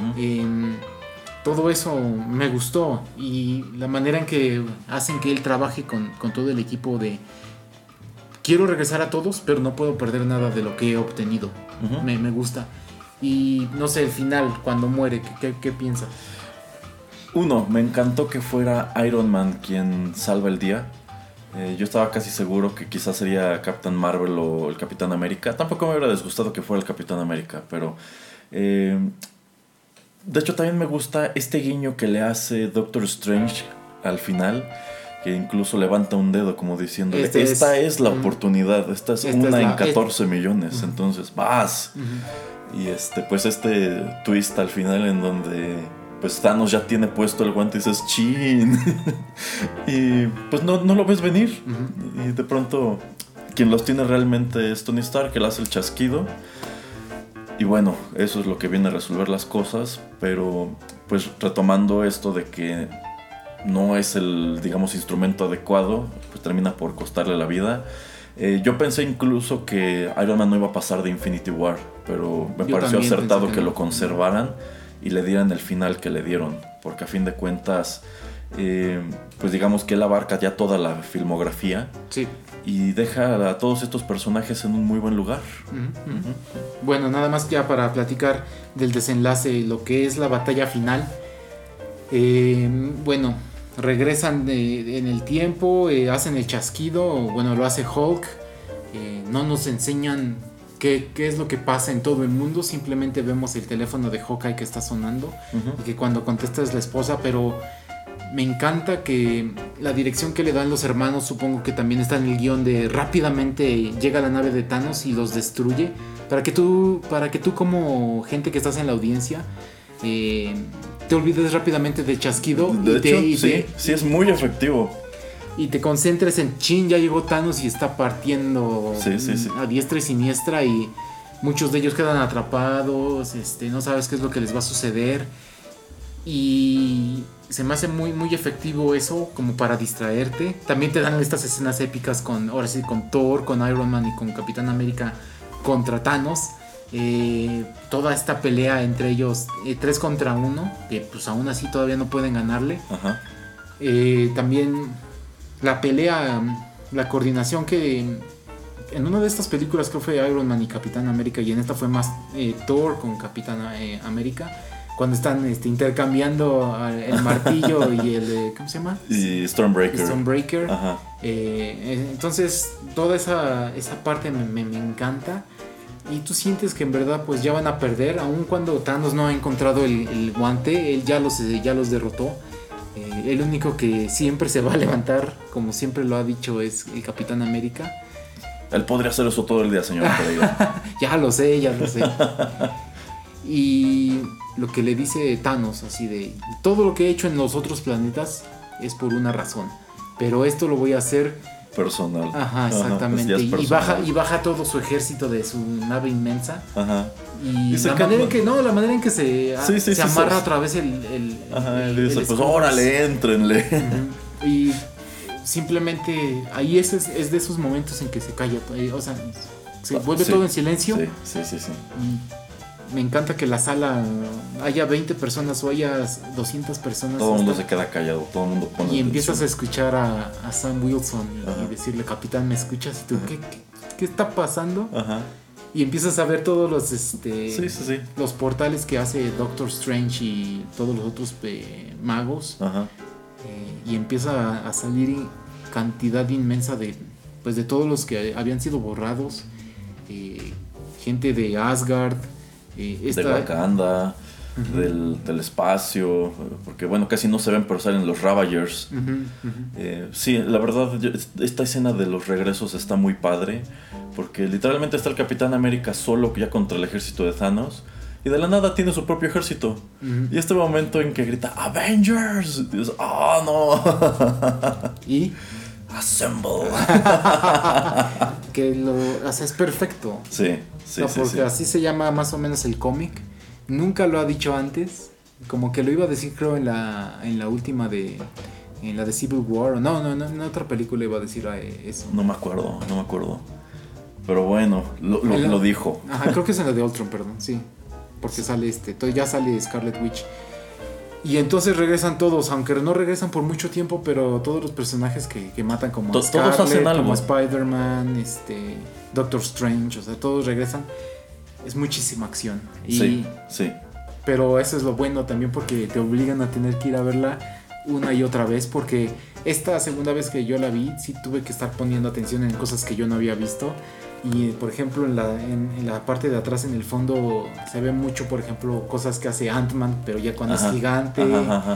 Todo eso me gustó y la manera en que hacen que él trabaje con todo el equipo de quiero regresar a todos, pero no puedo perder nada de lo que he obtenido. Me gusta. Y no sé, el final, cuando muere, ¿qué piensas? Me encantó que fuera Iron Man quien salva el día. Yo estaba casi seguro que quizás sería Captain Marvel o el Capitán América. Tampoco me hubiera disgustado que fuera el Capitán América, pero de hecho también me gusta este guiño que le hace Doctor Strange al final, que incluso levanta un dedo como diciéndole esta es la oportunidad, esta es una en 14 millones, entonces vas. Y pues este twist al final en donde pues Thanos ya tiene puesto el guante y dices ¡chin! Y pues no lo ves venir. Y de pronto quien los tiene realmente es Tony Stark, que le hace el chasquido. Y bueno, eso es lo que viene a resolver las cosas. Pero pues retomando esto de que no es el, digamos, instrumento adecuado, pues termina por costarle la vida. Yo pensé incluso que Iron Man no iba a pasar de Infinity War, pero me pareció acertado que lo conservaran y le dieran el final que le dieron, porque a fin de cuentas pues digamos que él abarca ya toda la filmografía y deja a todos estos personajes en un muy buen lugar. Bueno, nada más ya para platicar del desenlace, lo que es la batalla final. Bueno, regresan en el tiempo, hacen el chasquido, bueno, lo hace Hulk. No nos enseñan qué es lo que pasa en todo el mundo, simplemente vemos el teléfono de Hawkeye que está sonando y que cuando contesta es la esposa, pero me encanta que la dirección que le dan los hermanos, supongo que también está en el guión, de rápidamente llega la nave de Thanos y los destruye, para que tú como gente que estás en la audiencia te olvides rápidamente del chasquido. Sí, es muy efectivo. Y te concentres en chin, ya llegó Thanos y está partiendo a diestra y siniestra, y muchos de ellos quedan atrapados, no sabes qué es lo que les va a suceder. Y se me hace muy, muy efectivo eso, como para distraerte. También te dan estas escenas épicas con Thor, con Iron Man y con Capitán América contra Thanos. Toda esta pelea entre ellos, 3 contra 1, que pues aún así todavía no pueden ganarle. También la pelea, la coordinación que en una de estas películas creo fue Iron Man y Capitán América, y en esta fue más Thor con Capitán América, cuando están intercambiando el martillo y el ¿cómo se llama? Y Stormbreaker. Entonces toda esa parte me encanta, y tú sientes que en verdad pues ya van a perder, aun cuando Thanos no ha encontrado el guante, él ya los derrotó. El único que siempre se va a levantar, como siempre lo ha dicho, es el Capitán América. Él podría hacer eso todo el día, señor Pereira. Ya lo sé. Y lo que le dice Thanos, así de todo lo que he hecho en los otros planetas es por una razón, pero esto lo voy a hacer personal. Ajá, exactamente. Pues y baja todo su ejército de su nave inmensa. Ajá. Y la manera en que se amarra otra vez el dice, pues órale, éntrenle. Y simplemente ahí es de esos momentos en que se calla, o sea, se vuelve todo en silencio. Sí. Me encanta que la sala haya 20 personas o haya 200 personas. Todo el mundo se queda callado, todo el mundo pone y empiezas a escuchar a Sam Wilson y decirle, capitán, ¿me escuchas? Y tú, ¿qué está pasando? Ajá. Y empiezas a ver todos los los portales que hace Doctor Strange y todos los otros magos. Ajá. Y empieza a salir cantidad inmensa de todos los que habían sido borrados. Gente de Asgard. De Wakanda, del espacio, porque bueno, casi no se ven, pero salen los Ravagers. Sí, la verdad, esta escena de los regresos está muy padre, porque literalmente está el Capitán América solo ya contra el ejército de Thanos, y de la nada tiene su propio ejército. Y este momento en que grita ¡Avengers! Y dices, ¡oh, no! ¿Y? ¡Assemble! Que es perfecto. Sí. Porque así se llama más o menos el cómic. Nunca lo ha dicho antes. Como que lo iba a decir, creo, en la última en la de Civil War. No, en otra película iba a decir eso. No me acuerdo. Pero bueno, lo dijo. Ajá, creo que es en la de Ultron, perdón, sí. Porque ya sale Scarlet Witch. Y entonces regresan todos, aunque no regresan por mucho tiempo, pero todos los personajes que matan, como Scarlet, todos hacen algo. Como Spider-Man, Doctor Strange, o sea, todos regresan. Es muchísima acción. Sí. Pero eso es lo bueno también, porque te obligan a tener que ir a verla una y otra vez, porque esta segunda vez que yo la vi, sí tuve que estar poniendo atención en cosas que yo no había visto. Y por ejemplo en la parte de atrás, en el fondo, se ve mucho, por ejemplo, cosas que hace Ant-Man, pero ya cuando es gigante.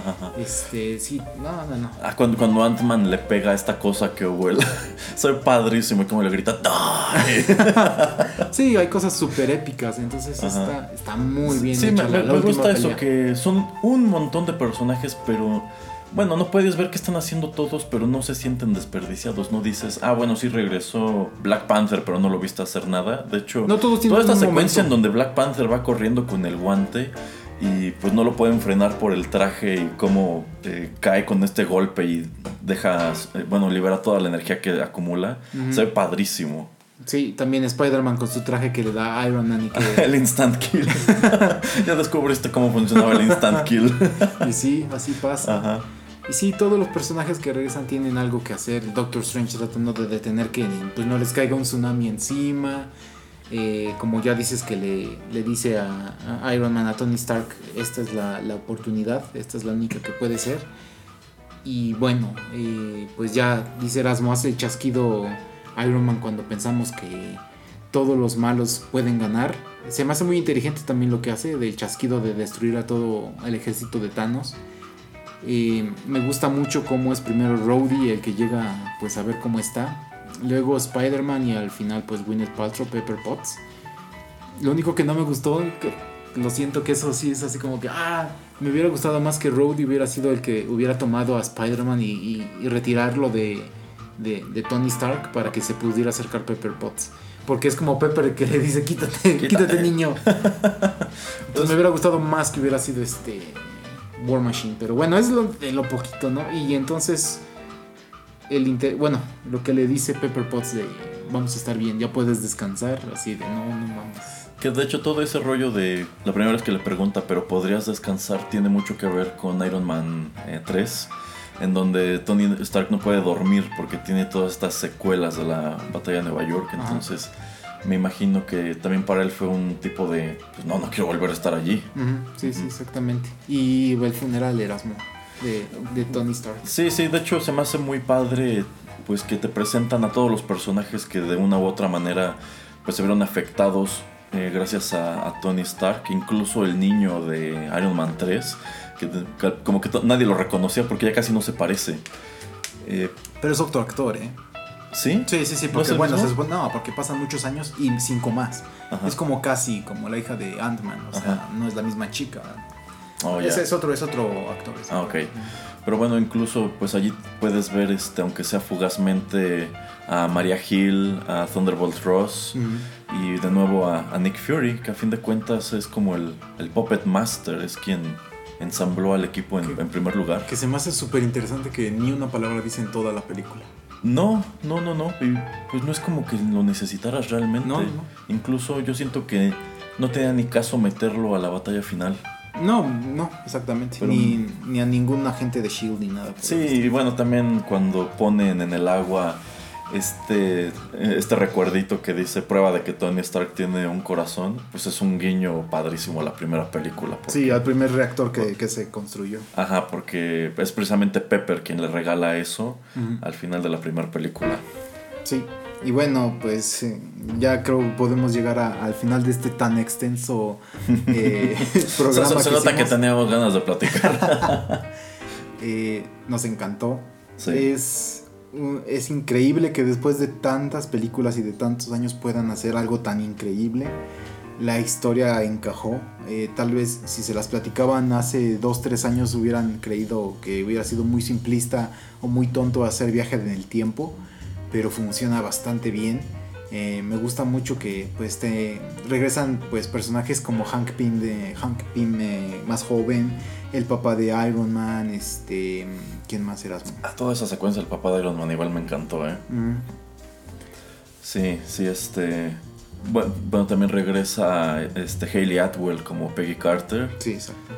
Sí, no. Cuando Ant-Man le pega a esta cosa que vuela, soy padrísimo, y como le grita ¡Die! Sí, hay cosas súper épicas, entonces está muy bien hecha. Sí, me gusta eso, que son un montón de personajes, pero bueno, no puedes ver qué están haciendo todos, pero no se sienten desperdiciados. No dices, bueno, sí regresó Black Panther, pero no lo viste hacer nada. De hecho, toda esta secuencia en donde Black Panther va corriendo con el guante y pues no lo pueden frenar por el traje, y cómo cae con este golpe y libera toda la energía que acumula. Se ve padrísimo. Sí, también Spider-Man con su traje que le da a Iron Man y que... El instant kill. Ya descubriste cómo funcionaba el instant kill. Y sí, así pasa. Ajá. Y sí, todos los personajes que regresan tienen algo que hacer. El Doctor Strange tratando de detener que pues no les caiga un tsunami encima. Como ya dices, que le dice a Iron Man, a Tony Stark, esta es la oportunidad, esta es la única que puede ser. Y bueno, pues ya dice Erasmo, hace el chasquido Iron Man cuando pensamos que todos los malos pueden ganar. Se me hace muy inteligente también lo que hace, del chasquido, de destruir a todo el ejército de Thanos. Me gusta mucho cómo es primero Rhodey el que llega pues a ver cómo está, luego Spider-Man y al final pues Gwyneth Paltrow, Pepper Potts. Lo único que no me gustó, lo siento, que eso sí es así como que me hubiera gustado más que Rhodey hubiera sido el que hubiera tomado a Spider-Man y retirarlo de Tony Stark para que se pudiera acercar Pepper Potts, porque es como Pepper el que le dice quítate niño. Entonces me hubiera gustado más que hubiera sido War Machine, pero bueno, es lo poquito, ¿no? Y entonces lo que le dice Pepper Potts de vamos a estar bien, ya puedes descansar, así de no mames. Que de hecho todo ese rollo de la primera vez que le pregunta, pero podrías descansar, tiene mucho que ver con Iron Man 3, en donde Tony Stark no puede dormir porque tiene todas estas secuelas de la batalla de Nueva York. Entonces me imagino que también para él fue un tipo de pues no quiero volver a estar allí. Sí, exactamente. Y el funeral de Erasmo de Tony Stark. Sí, de hecho se me hace muy padre pues que te presentan a todos los personajes que de una u otra manera pues se vieron afectados gracias a Tony Stark. Incluso el niño de Iron Man 3, que como que nadie lo reconocía porque ya casi no se parece. Pero es otro actor, ¿Sí? Sí, porque porque pasan muchos años y 5 más. Ajá. Es como casi como la hija de Ant-Man, o sea, no es la misma chica. Oh, ya. Ese es otro actor. Ok. Pero bueno, incluso pues allí puedes ver, aunque sea fugazmente, a Maria Hill, a Thunderbolt Ross y de nuevo a Nick Fury, que a fin de cuentas es como el Puppet Master, es quien ensambló al equipo en primer lugar. Que se me hace súper interesante que ni una palabra dice en toda la película. No. Y pues no es como que lo necesitaras realmente. No. Incluso yo siento que no tenía ni caso meterlo a la batalla final. No, exactamente. Pero, ni a ningún agente de S.H.I.E.L.D. ni nada. Sí, y bueno, también cuando ponen en el agua este recuerdito que dice prueba de que Tony Stark tiene un corazón, pues es un guiño padrísimo a la primera película. Porque, sí, al primer reactor que se construyó. Ajá, porque es precisamente Pepper quien le regala eso al final de la primera película. Sí, y bueno, pues ya creo que podemos llegar al final de este tan extenso programa. Se nota que teníamos ganas de platicar. Nos encantó. Sí. Es increíble que después de tantas películas y de tantos años puedan hacer algo tan increíble. La historia encajó. Tal vez si se las platicaban hace 2-3 años hubieran creído que hubiera sido muy simplista o muy tonto hacer viaje en el tiempo, pero funciona bastante bien. Me gusta mucho que pues regresan pues personajes como Hank Pym más joven, el papá de Iron Man, ¿quién más era? Toda esa secuencia del papá de Iron Man igual me encantó, Sí, bueno, también regresa Hayley Atwell como Peggy Carter. Sí, exacto.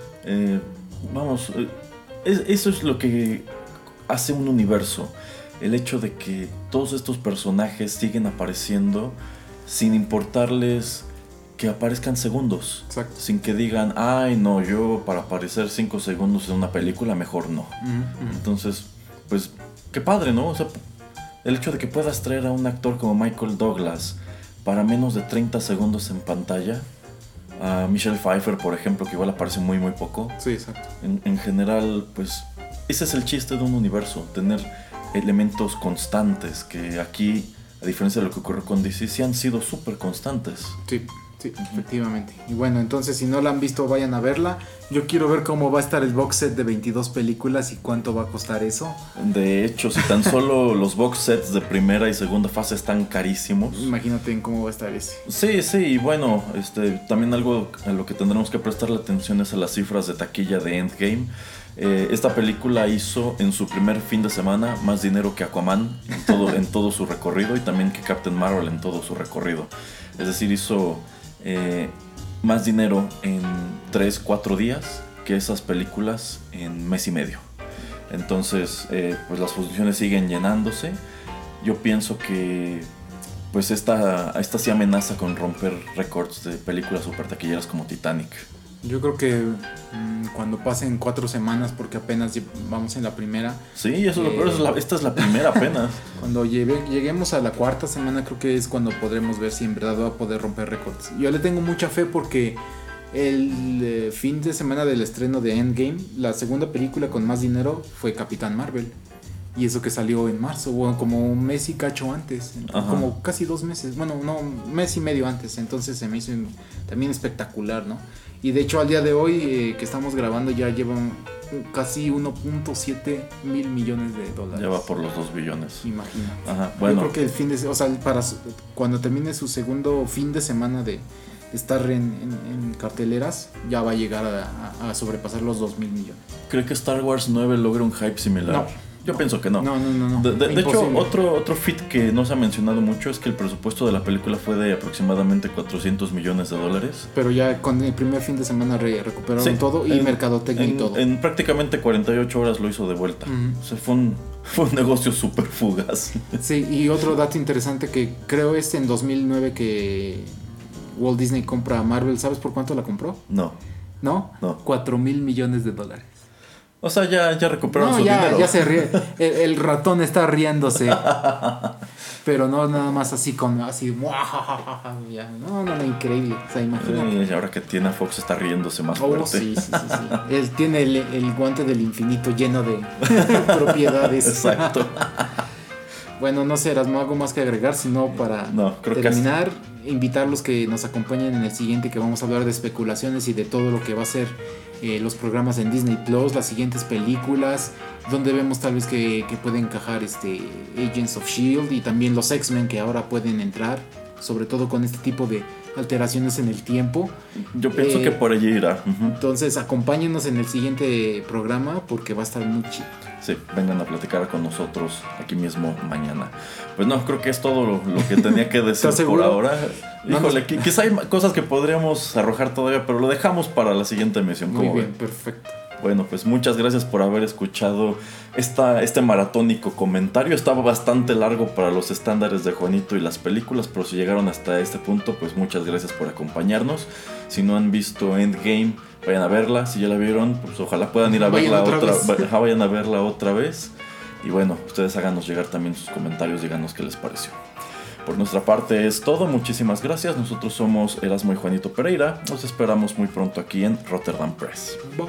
Eso es lo que hace un universo. El hecho de que todos estos personajes siguen apareciendo sin importarles que aparezcan segundos. Exacto. Sin que digan, ay no, yo para aparecer 5 segundos en una película mejor no. Entonces, pues, qué padre, ¿no? O sea, el hecho de que puedas traer a un actor como Michael Douglas para menos de 30 segundos en pantalla, a Michelle Pfeiffer, por ejemplo, que igual aparece muy muy poco. Sí, exacto. En general, pues, ese es el chiste de un universo, tener elementos constantes, que aquí, a diferencia de lo que ocurrió con DC, sí han sido súper constantes. Sí, efectivamente. Y bueno, entonces si no la han visto, vayan a verla. Yo quiero ver cómo va a estar el box set de 22 películas y cuánto va a costar eso. De hecho, si tan solo los box sets de primera y segunda fase están carísimos. Imagínate en cómo va a estar ese. Sí, y bueno, también algo a lo que tendremos que prestarle atención es a las cifras de taquilla de Endgame. Esta película hizo en su primer fin de semana más dinero que Aquaman en todo su recorrido, y también que Captain Marvel en todo su recorrido. Es decir, hizo más dinero en 3-4 días que esas películas en mes y medio. Entonces, pues las funciones siguen llenándose. Yo pienso que pues esta sí amenaza con romper récords de películas super taquilleras como Titanic. Yo creo que cuando pasen 4 semanas, porque apenas vamos en la primera. Sí, eso es lo peor, esta es la primera apenas. Cuando lleguemos a la 4ª semana, creo que es cuando podremos ver si en verdad va a poder romper récords. Yo le tengo mucha fe porque el fin de semana del estreno de Endgame, la segunda película con más dinero fue Capitán Marvel. Y eso que salió en marzo, bueno, como un mes y cacho antes, como casi 2 meses, bueno, no, un mes y medio antes. Entonces se me hizo también espectacular, ¿no? Y de hecho al día de hoy que estamos grabando ya llevan casi 1.7 mil millones de dólares. Ya va por los 2 billones. Imagínate. Ajá, bueno. Yo creo que cuando termine su segundo fin de semana de estar en carteleras, ya va a llegar a sobrepasar los 2 mil millones. ¿Cree que Star Wars 9 logra un hype similar? No. Yo pienso que no. No. De hecho, otro feat que no se ha mencionado mucho es que el presupuesto de la película fue de aproximadamente $400 millones. Pero ya con el primer fin de semana recuperaron todo y mercadotecnia y todo. En prácticamente 48 horas lo hizo de vuelta. O sea, fue un negocio súper fugaz. Sí, y otro dato interesante que creo es en 2009 que Walt Disney compra a Marvel. ¿Sabes por cuánto la compró? No. ¿No? 4 mil millones de dólares. O sea, ya recuperaron su dinero. Ya se ríe. El ratón está riéndose. Pero no nada más así así. No, increíble. O sea, imagínate. Y ahora que tiene a Fox está riéndose más fuerte. Sí. Él tiene el guante del infinito lleno de propiedades. Exacto. Bueno, no sé, Erasmo, algo más que agregar, sino para terminar, invitarlos que nos acompañen en el siguiente, que vamos a hablar de especulaciones y de todo lo que va a ser los programas en Disney Plus, las siguientes películas, donde vemos tal vez que puede encajar Agents of S.H.I.E.L.D. y también los X-Men que ahora pueden entrar, sobre todo con este tipo de alteraciones en el tiempo. Yo pienso que por allí irá. Entonces acompáñenos en el siguiente programa porque va a estar muy chido. Sí, vengan a platicar con nosotros aquí mismo mañana. Pues no, creo que es todo lo que tenía que decir por ahora. Híjole, quizá hay cosas que podríamos arrojar todavía, pero lo dejamos para la siguiente emisión. Muy bien, perfecto. Bueno, pues muchas gracias por haber escuchado este maratónico comentario. Estaba bastante largo para los estándares de Juanito y las películas, pero si llegaron hasta este punto, pues muchas gracias por acompañarnos. Si no han visto Endgame, vayan a verla. Si ya la vieron, pues ojalá puedan ir a verla vayan a verla otra vez. Y bueno, ustedes háganos llegar también sus comentarios, díganos qué les pareció. Por nuestra parte es todo, muchísimas gracias. Nosotros somos Erasmo y Juanito Pereira. Nos esperamos muy pronto aquí en Rotterdam Press. Bye.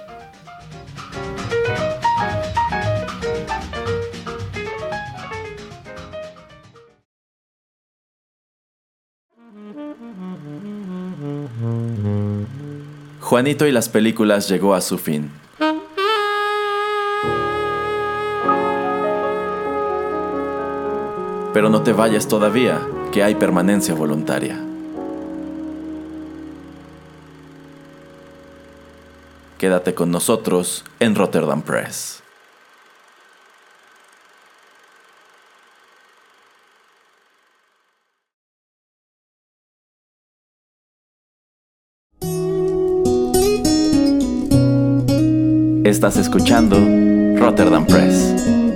Juanito y las películas llegó a su fin. Pero no te vayas todavía, que hay permanencia voluntaria. Quédate con nosotros en Rotterdam Press. Estás escuchando Rotterdam Press.